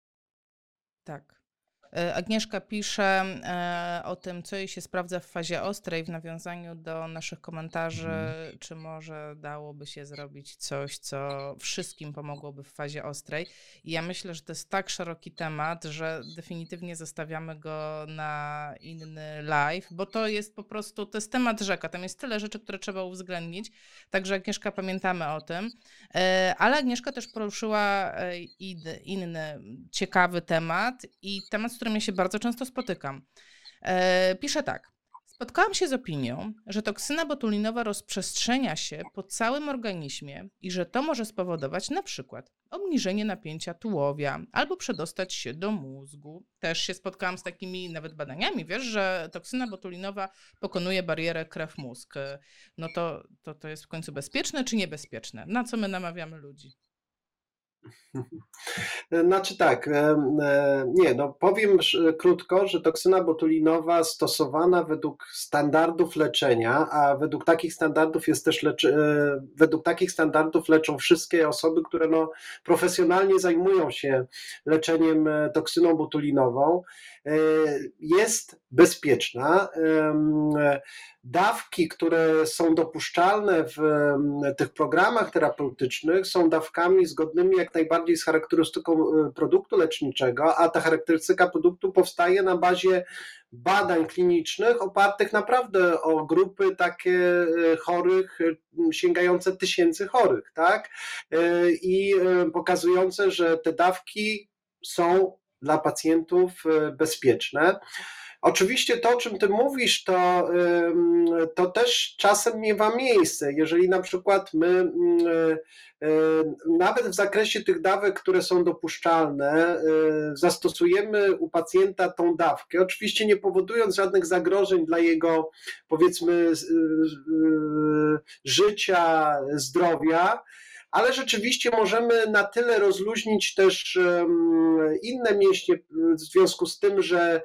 Tak. Agnieszka pisze o tym, co jej się sprawdza w fazie ostrej, w nawiązaniu do naszych komentarzy, czy może dałoby się zrobić coś, co wszystkim pomogłoby w fazie ostrej. I ja myślę, że to jest tak szeroki temat, że definitywnie zostawiamy go na inny live, bo to jest po prostu, to jest temat rzeka, tam jest tyle rzeczy, które trzeba uwzględnić, także Agnieszka, pamiętamy o tym, ale Agnieszka też poruszyła inny ciekawy temat i temat, z którym ja się bardzo często spotykam. Pisze tak. Spotkałam się z opinią, że toksyna botulinowa rozprzestrzenia się po całym organizmie i że to może spowodować na przykład obniżenie napięcia tułowia albo przedostać się do mózgu. Też się spotkałam z takimi nawet badaniami, wiesz, że toksyna botulinowa pokonuje barierę krew-mózg. No to jest w końcu bezpieczne czy niebezpieczne? Na co my namawiamy ludzi? Znaczy tak, nie, no powiem krótko, że toksyna botulinowa stosowana według standardów leczenia, a według takich standardów jest też według takich standardów leczą wszystkie osoby, które no profesjonalnie zajmują się leczeniem toksyną botulinową. jest bezpieczna. Dawki, które są dopuszczalne w tych programach terapeutycznych, są dawkami zgodnymi jak najbardziej z charakterystyką produktu leczniczego, a ta charakterystyka produktu powstaje na bazie badań klinicznych opartych naprawdę o grupy takie chorych, sięgające tysięcy chorych, tak? I pokazujące, że te dawki są dla pacjentów bezpieczne. Oczywiście to, o czym ty mówisz, to też czasem miewa miejsce. Jeżeli na przykład my nawet w zakresie tych dawek, które są dopuszczalne, zastosujemy u pacjenta tą dawkę, oczywiście nie powodując żadnych zagrożeń dla jego, powiedzmy, życia, zdrowia, ale rzeczywiście możemy na tyle rozluźnić też inne mięśnie w związku z tym, że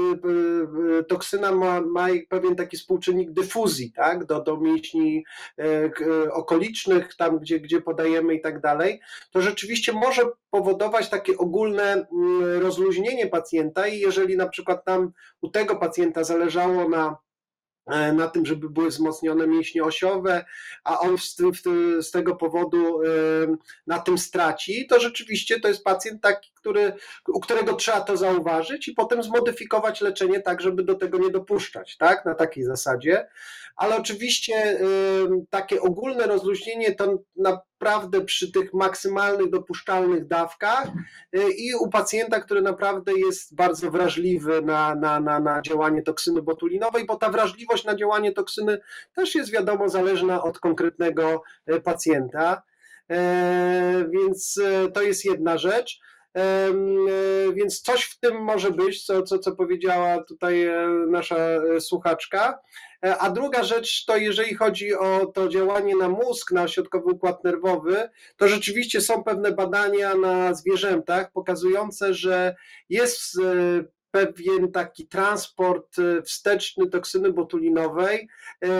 toksyna ma pewien taki współczynnik dyfuzji, tak, do mięśni okolicznych, tam gdzie podajemy i tak dalej, to rzeczywiście może powodować takie ogólne rozluźnienie pacjenta i jeżeli na przykład nam u tego pacjenta zależało na tym, żeby były wzmocnione mięśnie osiowe, a on z tego powodu na tym straci, to rzeczywiście to jest pacjent taki, u którego trzeba to zauważyć i potem zmodyfikować leczenie tak, żeby do tego nie dopuszczać, tak? Na takiej zasadzie. Ale oczywiście takie ogólne rozluźnienie to naprawdę przy tych maksymalnych dopuszczalnych dawkach i u pacjenta, który naprawdę jest bardzo wrażliwy na działanie toksyny botulinowej, bo ta wrażliwość na działanie toksyny też jest wiadomo zależna od konkretnego pacjenta, więc to jest jedna rzecz. Więc coś w tym może być, co powiedziała tutaj nasza słuchaczka. A druga rzecz to jeżeli chodzi o to działanie na mózg, na ośrodkowy układ nerwowy, to rzeczywiście są pewne badania na zwierzętach pokazujące, że jest pewien taki transport wsteczny toksyny botulinowej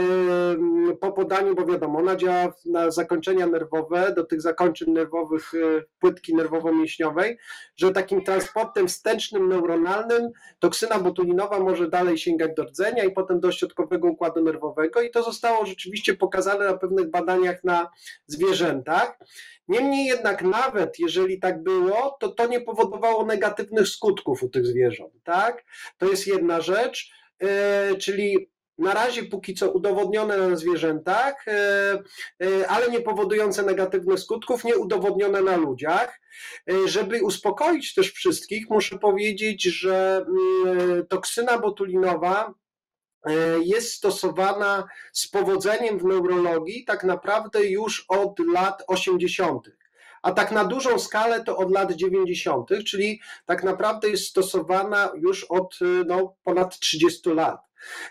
po podaniu, bo wiadomo, ona działa na zakończenia nerwowe, do tych zakończeń nerwowych płytki nerwowo-mięśniowej, że takim transportem wstecznym neuronalnym toksyna botulinowa może dalej sięgać do rdzenia i potem do środkowego układu nerwowego i to zostało rzeczywiście pokazane na pewnych badaniach na zwierzętach. Niemniej jednak nawet jeżeli tak było, to nie powodowało negatywnych skutków u tych zwierząt, tak? To jest jedna rzecz, czyli na razie póki co udowodnione na zwierzętach, ale nie powodujące negatywnych skutków, nie udowodnione na ludziach. Żeby uspokoić też wszystkich, muszę powiedzieć, że toksyna botulinowa jest stosowana z powodzeniem w neurologii tak naprawdę już od lat 80. A tak na dużą skalę to od lat 90., czyli tak naprawdę jest stosowana już od ponad 30 lat.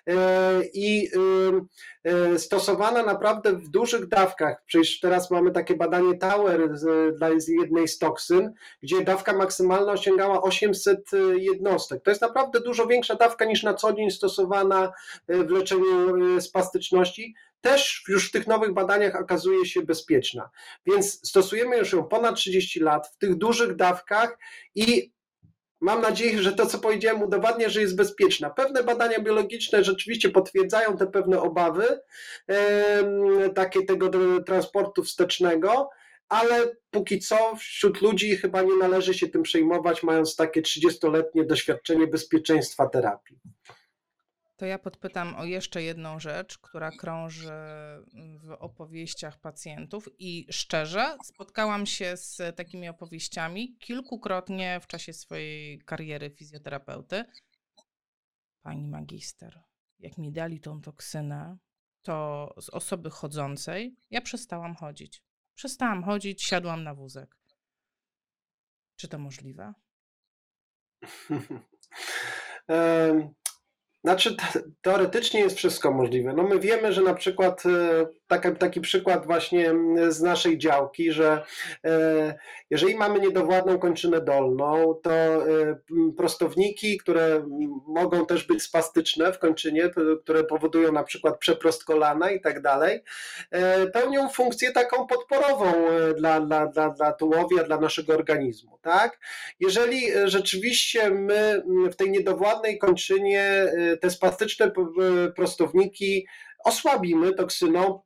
I stosowana naprawdę w dużych dawkach. Przecież teraz mamy takie badanie Tower dla jednej z toksyn, gdzie dawka maksymalna osiągała 800 jednostek. To jest naprawdę dużo większa dawka niż na co dzień stosowana w leczeniu spastyczności. Też już w tych nowych badaniach okazuje się bezpieczna. Więc stosujemy już ją ponad 30 lat w tych dużych dawkach i mam nadzieję, że to, co powiedziałem, udowadnia, że jest bezpieczna. Pewne badania biologiczne rzeczywiście potwierdzają te pewne obawy tego transportu wstecznego, ale póki co wśród ludzi chyba nie należy się tym przejmować, mając takie 30-letnie doświadczenie bezpieczeństwa terapii. To ja podpytam o jeszcze jedną rzecz, która krąży w opowieściach pacjentów i szczerze spotkałam się z takimi opowieściami kilkukrotnie w czasie swojej kariery fizjoterapeuty. Pani magister, jak mi dali tą toksynę, to z osoby chodzącej ja przestałam chodzić. Przestałam chodzić, siadłam na wózek. Czy to możliwe? Znaczy, teoretycznie jest wszystko możliwe. No my wiemy, że na przykład taki przykład właśnie z naszej działki, że jeżeli mamy niedowładną kończynę dolną, to prostowniki, które mogą też być spastyczne w kończynie, które powodują na przykład przeprost kolana i tak dalej, pełnią funkcję taką podporową dla tułowia, dla naszego organizmu. Tak? Jeżeli rzeczywiście my w tej niedowładnej kończynie te spastyczne prostowniki osłabimy toksyną,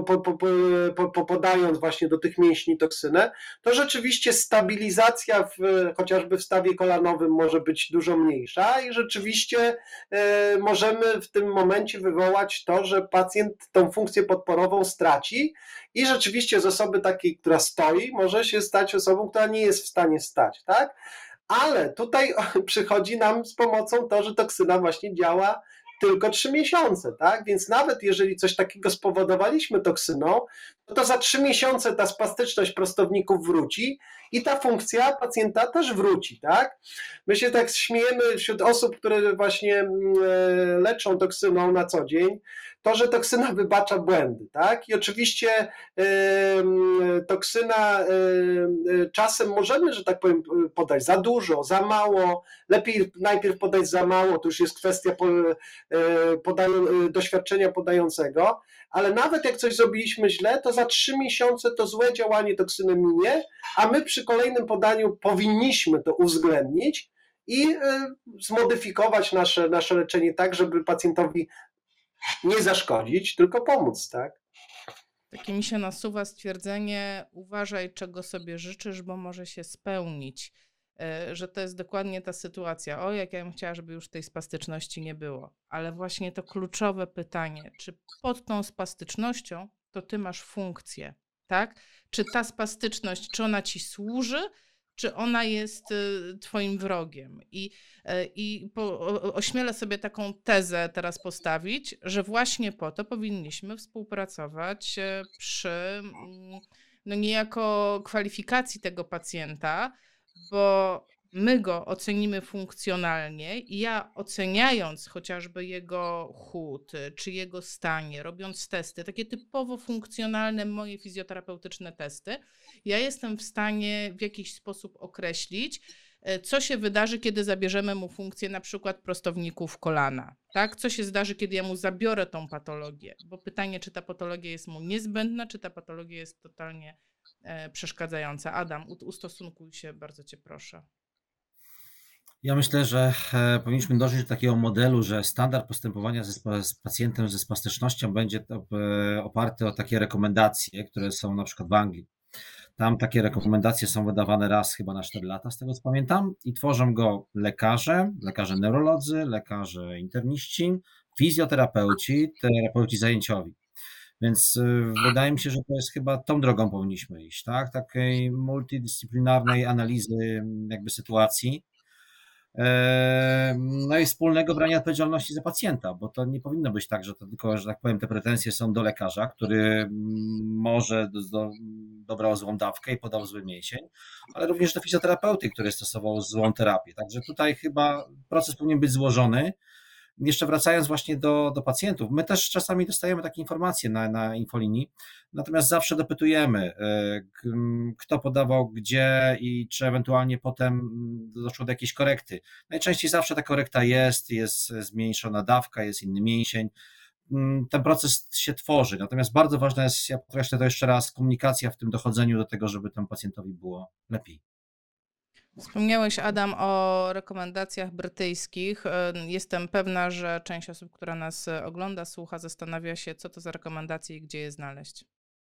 podając właśnie do tych mięśni toksynę, to rzeczywiście stabilizacja chociażby w stawie kolanowym może być dużo mniejsza i rzeczywiście możemy w tym momencie wywołać to, że pacjent tą funkcję podporową straci i rzeczywiście z osoby takiej, która stoi, może się stać osobą, która nie jest w stanie stać, tak? Ale tutaj przychodzi nam z pomocą to, że toksyna właśnie działa tylko 3 miesiące, tak? Więc nawet jeżeli coś takiego spowodowaliśmy toksyną, to za 3 miesiące ta spastyczność prostowników wróci i ta funkcja pacjenta też wróci, tak? My się tak śmiejemy wśród osób, które właśnie leczą toksyną na co dzień, to, że toksyna wybacza błędy, tak? I oczywiście toksyna czasem możemy, że tak powiem, podać za dużo, za mało, lepiej najpierw podać za mało, to już jest kwestia doświadczenia podającego, ale nawet jak coś zrobiliśmy źle, to za 3 miesiące to złe działanie toksyny minie, a my przy kolejnym podaniu powinniśmy to uwzględnić i zmodyfikować nasze leczenie tak, żeby pacjentowi nie zaszkodzić, tylko pomóc, tak? Takie mi się nasuwa stwierdzenie: uważaj, czego sobie życzysz, bo może się spełnić. Że to jest dokładnie ta sytuacja. O, jak ja bym chciała, żeby już tej spastyczności nie było. Ale właśnie to kluczowe pytanie, czy pod tą spastycznością to ty masz funkcję, tak? Czy ta spastyczność, czy ona ci służy, czy ona jest twoim wrogiem? Ośmielę sobie taką tezę teraz postawić, że właśnie po to powinniśmy współpracować przy niejako kwalifikacji tego pacjenta, bo my go ocenimy funkcjonalnie i ja, oceniając chociażby jego chód czy jego stanie, robiąc testy, takie typowo funkcjonalne moje fizjoterapeutyczne testy, ja jestem w stanie w jakiś sposób określić, co się wydarzy, kiedy zabierzemy mu funkcję na przykład prostowników kolana, tak? Co się zdarzy, kiedy ja mu zabiorę tą patologię, bo pytanie, czy ta patologia jest mu niezbędna, czy ta patologia jest totalnie przeszkadzająca. Adam, ustosunkuj się, bardzo cię proszę. Ja myślę, że powinniśmy dążyć do takiego modelu, że standard postępowania z pacjentem ze spastycznością będzie oparty o takie rekomendacje, które są na przykład w Anglii. Tam takie rekomendacje są wydawane raz chyba na 4 lata, z tego co pamiętam, i tworzą go lekarze neurolodzy, lekarze interniści, fizjoterapeuci, terapeuci zajęciowi. Więc wydaje mi się, że to jest chyba tą drogą powinniśmy iść, tak? Takiej multidyscyplinarnej analizy jakby sytuacji, no i wspólnego brania odpowiedzialności za pacjenta, bo to nie powinno być tak, że to tylko, że tak powiem, te pretensje są do lekarza, który może dobrał złą dawkę i podał zły mięsień, ale również do fizjoterapeuty, który stosował złą terapię. Także tutaj chyba proces powinien być złożony. Jeszcze wracając właśnie do pacjentów, my też czasami dostajemy takie informacje na infolinii, natomiast zawsze dopytujemy, kto podawał gdzie i czy ewentualnie potem doszło do jakiejś korekty. Najczęściej zawsze ta korekta jest zmniejszona dawka, jest inny mięsień. Ten proces się tworzy, natomiast bardzo ważna jest, ja podkreślę to jeszcze raz, komunikacja w tym dochodzeniu do tego, żeby temu pacjentowi było lepiej. Wspomniałeś, Adam, o rekomendacjach brytyjskich. Jestem pewna, że część osób, która nas ogląda, słucha, zastanawia się, co to za rekomendacje i gdzie je znaleźć.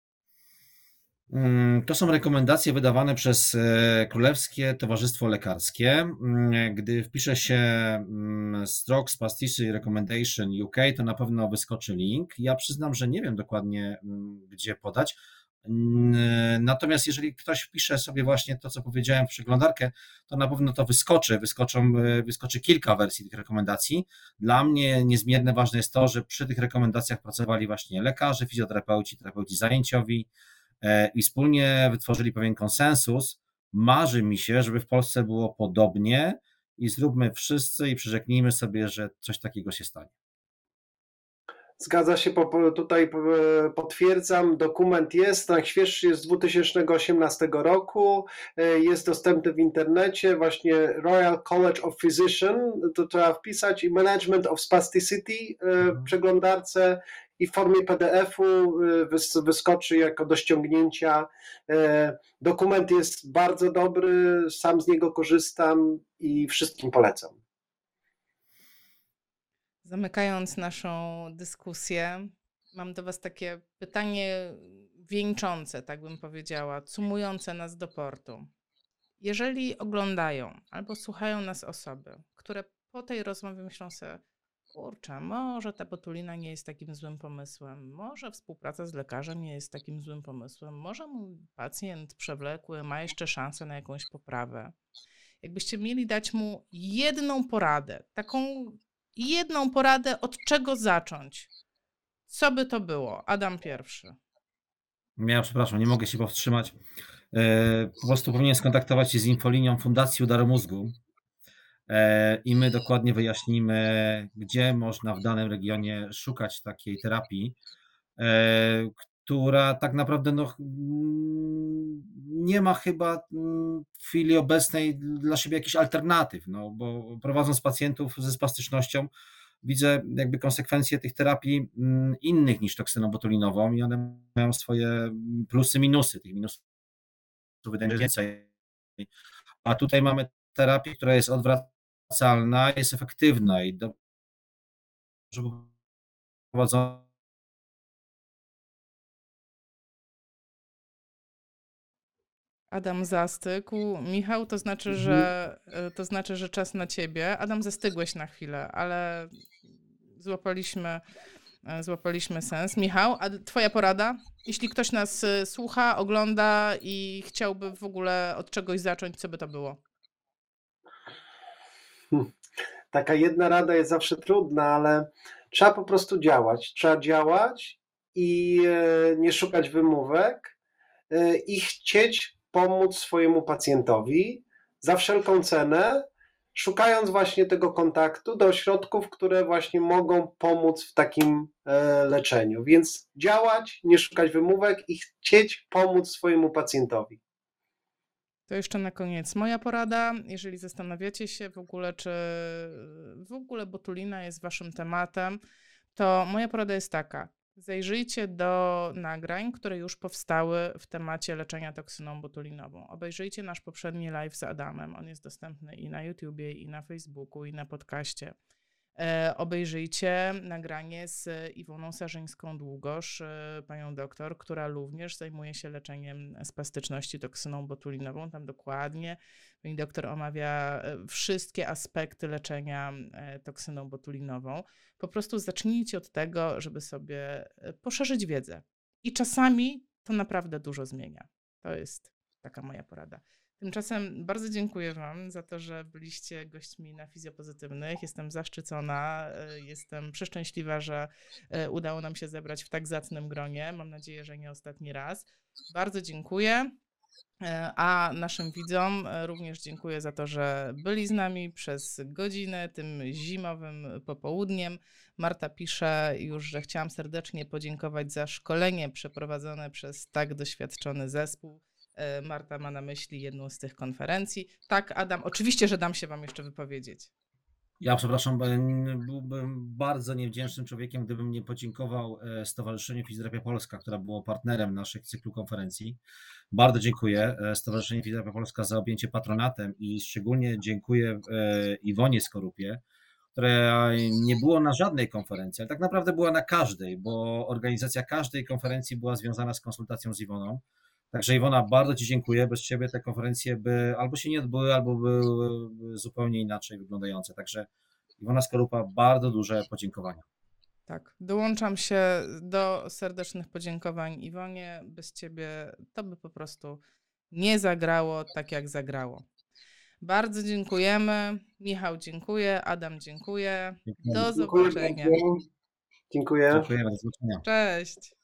To są rekomendacje wydawane przez Królewskie Towarzystwo Lekarskie. Gdy wpisze się Stroke Spasticity Recommendation UK, to na pewno wyskoczy link. Ja przyznam, że nie wiem dokładnie, gdzie podać. Natomiast jeżeli ktoś wpisze sobie właśnie to, co powiedziałem w przeglądarkę, to na pewno to wyskoczy kilka wersji tych rekomendacji. Dla mnie niezmiernie ważne jest to, że przy tych rekomendacjach pracowali właśnie lekarze, fizjoterapeuci, terapeuci zajęciowi i wspólnie wytworzyli pewien konsensus. Marzy mi się, żeby w Polsce było podobnie i zróbmy wszyscy i przyrzeknijmy sobie, że coś takiego się stanie. Zgadza się, tutaj potwierdzam, dokument jest, najświeższy jest z 2018 roku, jest dostępny w internecie, właśnie Royal College of Physicians, to trzeba wpisać, i Management of Spasticity w przeglądarce i w formie PDF-u wyskoczy jako do ściągnięcia. Dokument jest bardzo dobry, sam z niego korzystam i wszystkim polecam. Zamykając naszą dyskusję, mam do Was takie pytanie wieńczące, tak bym powiedziała, sumujące nas do portu. Jeżeli oglądają albo słuchają nas osoby, które po tej rozmowie myślą sobie, kurczę, może ta botulina nie jest takim złym pomysłem, może współpraca z lekarzem nie jest takim złym pomysłem, może mój pacjent przewlekły ma jeszcze szansę na jakąś poprawę. Jakbyście mieli dać mu jedną poradę, taką jedną poradę, od czego zacząć, co by to było? Adam pierwszy. Ja przepraszam, nie mogę się powstrzymać. Po prostu powinien skontaktować się z infolinią Fundacji Udaru Mózgu i my dokładnie wyjaśnimy, gdzie można w danym regionie szukać takiej terapii, która tak naprawdę nie ma chyba w chwili obecnej dla siebie jakichś alternatyw, bo prowadząc pacjentów ze spastycznością widzę jakby konsekwencje tych terapii innych niż toksyną botulinową i one mają swoje plusy, minusy. Tych minusów wydaje mi się więcej. A tutaj mamy terapię, która jest odwracalna, jest efektywna i dobrze prowadzona. Adam zastygł. Michał, to znaczy, że czas na ciebie. Adam, zastygłeś na chwilę, ale złapaliśmy sens. Michał, a twoja porada? Jeśli ktoś nas słucha, ogląda i chciałby w ogóle od czegoś zacząć, co by to było? Taka jedna rada jest zawsze trudna, ale trzeba po prostu działać. Trzeba działać i nie szukać wymówek i chcieć pomóc swojemu pacjentowi za wszelką cenę, szukając właśnie tego kontaktu do ośrodków, które właśnie mogą pomóc w takim leczeniu. Więc działać, nie szukać wymówek i chcieć pomóc swojemu pacjentowi. To jeszcze na koniec moja porada. Jeżeli zastanawiacie się w ogóle, czy w ogóle botulina jest waszym tematem, to moja porada jest taka. Zajrzyjcie do nagrań, które już powstały w temacie leczenia toksyną botulinową. Obejrzyjcie nasz poprzedni live z Adamem. On jest dostępny i na YouTubie, i na Facebooku, i na podcaście. Obejrzyjcie nagranie z Iwoną Sarzyńską-Długosz, panią doktor, która również zajmuje się leczeniem spastyczności toksyną botulinową. Tam dokładnie pani doktor omawia wszystkie aspekty leczenia toksyną botulinową. Po prostu zacznijcie od tego, żeby sobie poszerzyć wiedzę. I czasami to naprawdę dużo zmienia. To jest taka moja porada. Tymczasem bardzo dziękuję Wam za to, że byliście gośćmi na Fizjopozytywnych. Jestem zaszczycona, jestem przeszczęśliwa, że udało nam się zebrać w tak zacnym gronie. Mam nadzieję, że nie ostatni raz. Bardzo dziękuję. A naszym widzom również dziękuję za to, że byli z nami przez godzinę tym zimowym popołudniem. Marta pisze już, że chciałam serdecznie podziękować za szkolenie przeprowadzone przez tak doświadczony zespół. Marta ma na myśli jedną z tych konferencji. Tak, Adam, oczywiście, że dam się Wam jeszcze wypowiedzieć. Ja przepraszam, byłbym bardzo niewdzięcznym człowiekiem, gdybym nie podziękował Stowarzyszeniu Fizjoterapia Polska, które było partnerem naszych cyklu konferencji. Bardzo dziękuję Stowarzyszeniu Fizjoterapia Polska za objęcie patronatem i szczególnie dziękuję Iwonie Skorupie, która nie było na żadnej konferencji, ale tak naprawdę była na każdej, bo organizacja każdej konferencji była związana z konsultacją z Iwoną. Także Iwona, bardzo Ci dziękuję. Bez Ciebie te konferencje by albo się nie odbyły, albo były zupełnie inaczej wyglądające. Także Iwona Skorupa, bardzo duże podziękowania. Tak, dołączam się do serdecznych podziękowań Iwonie. Bez Ciebie to by po prostu nie zagrało tak, jak zagrało. Bardzo dziękujemy. Michał, dziękuję. Adam, dziękuję. Do zobaczenia. Dziękuję. Dziękuję, do zobaczenia. Cześć.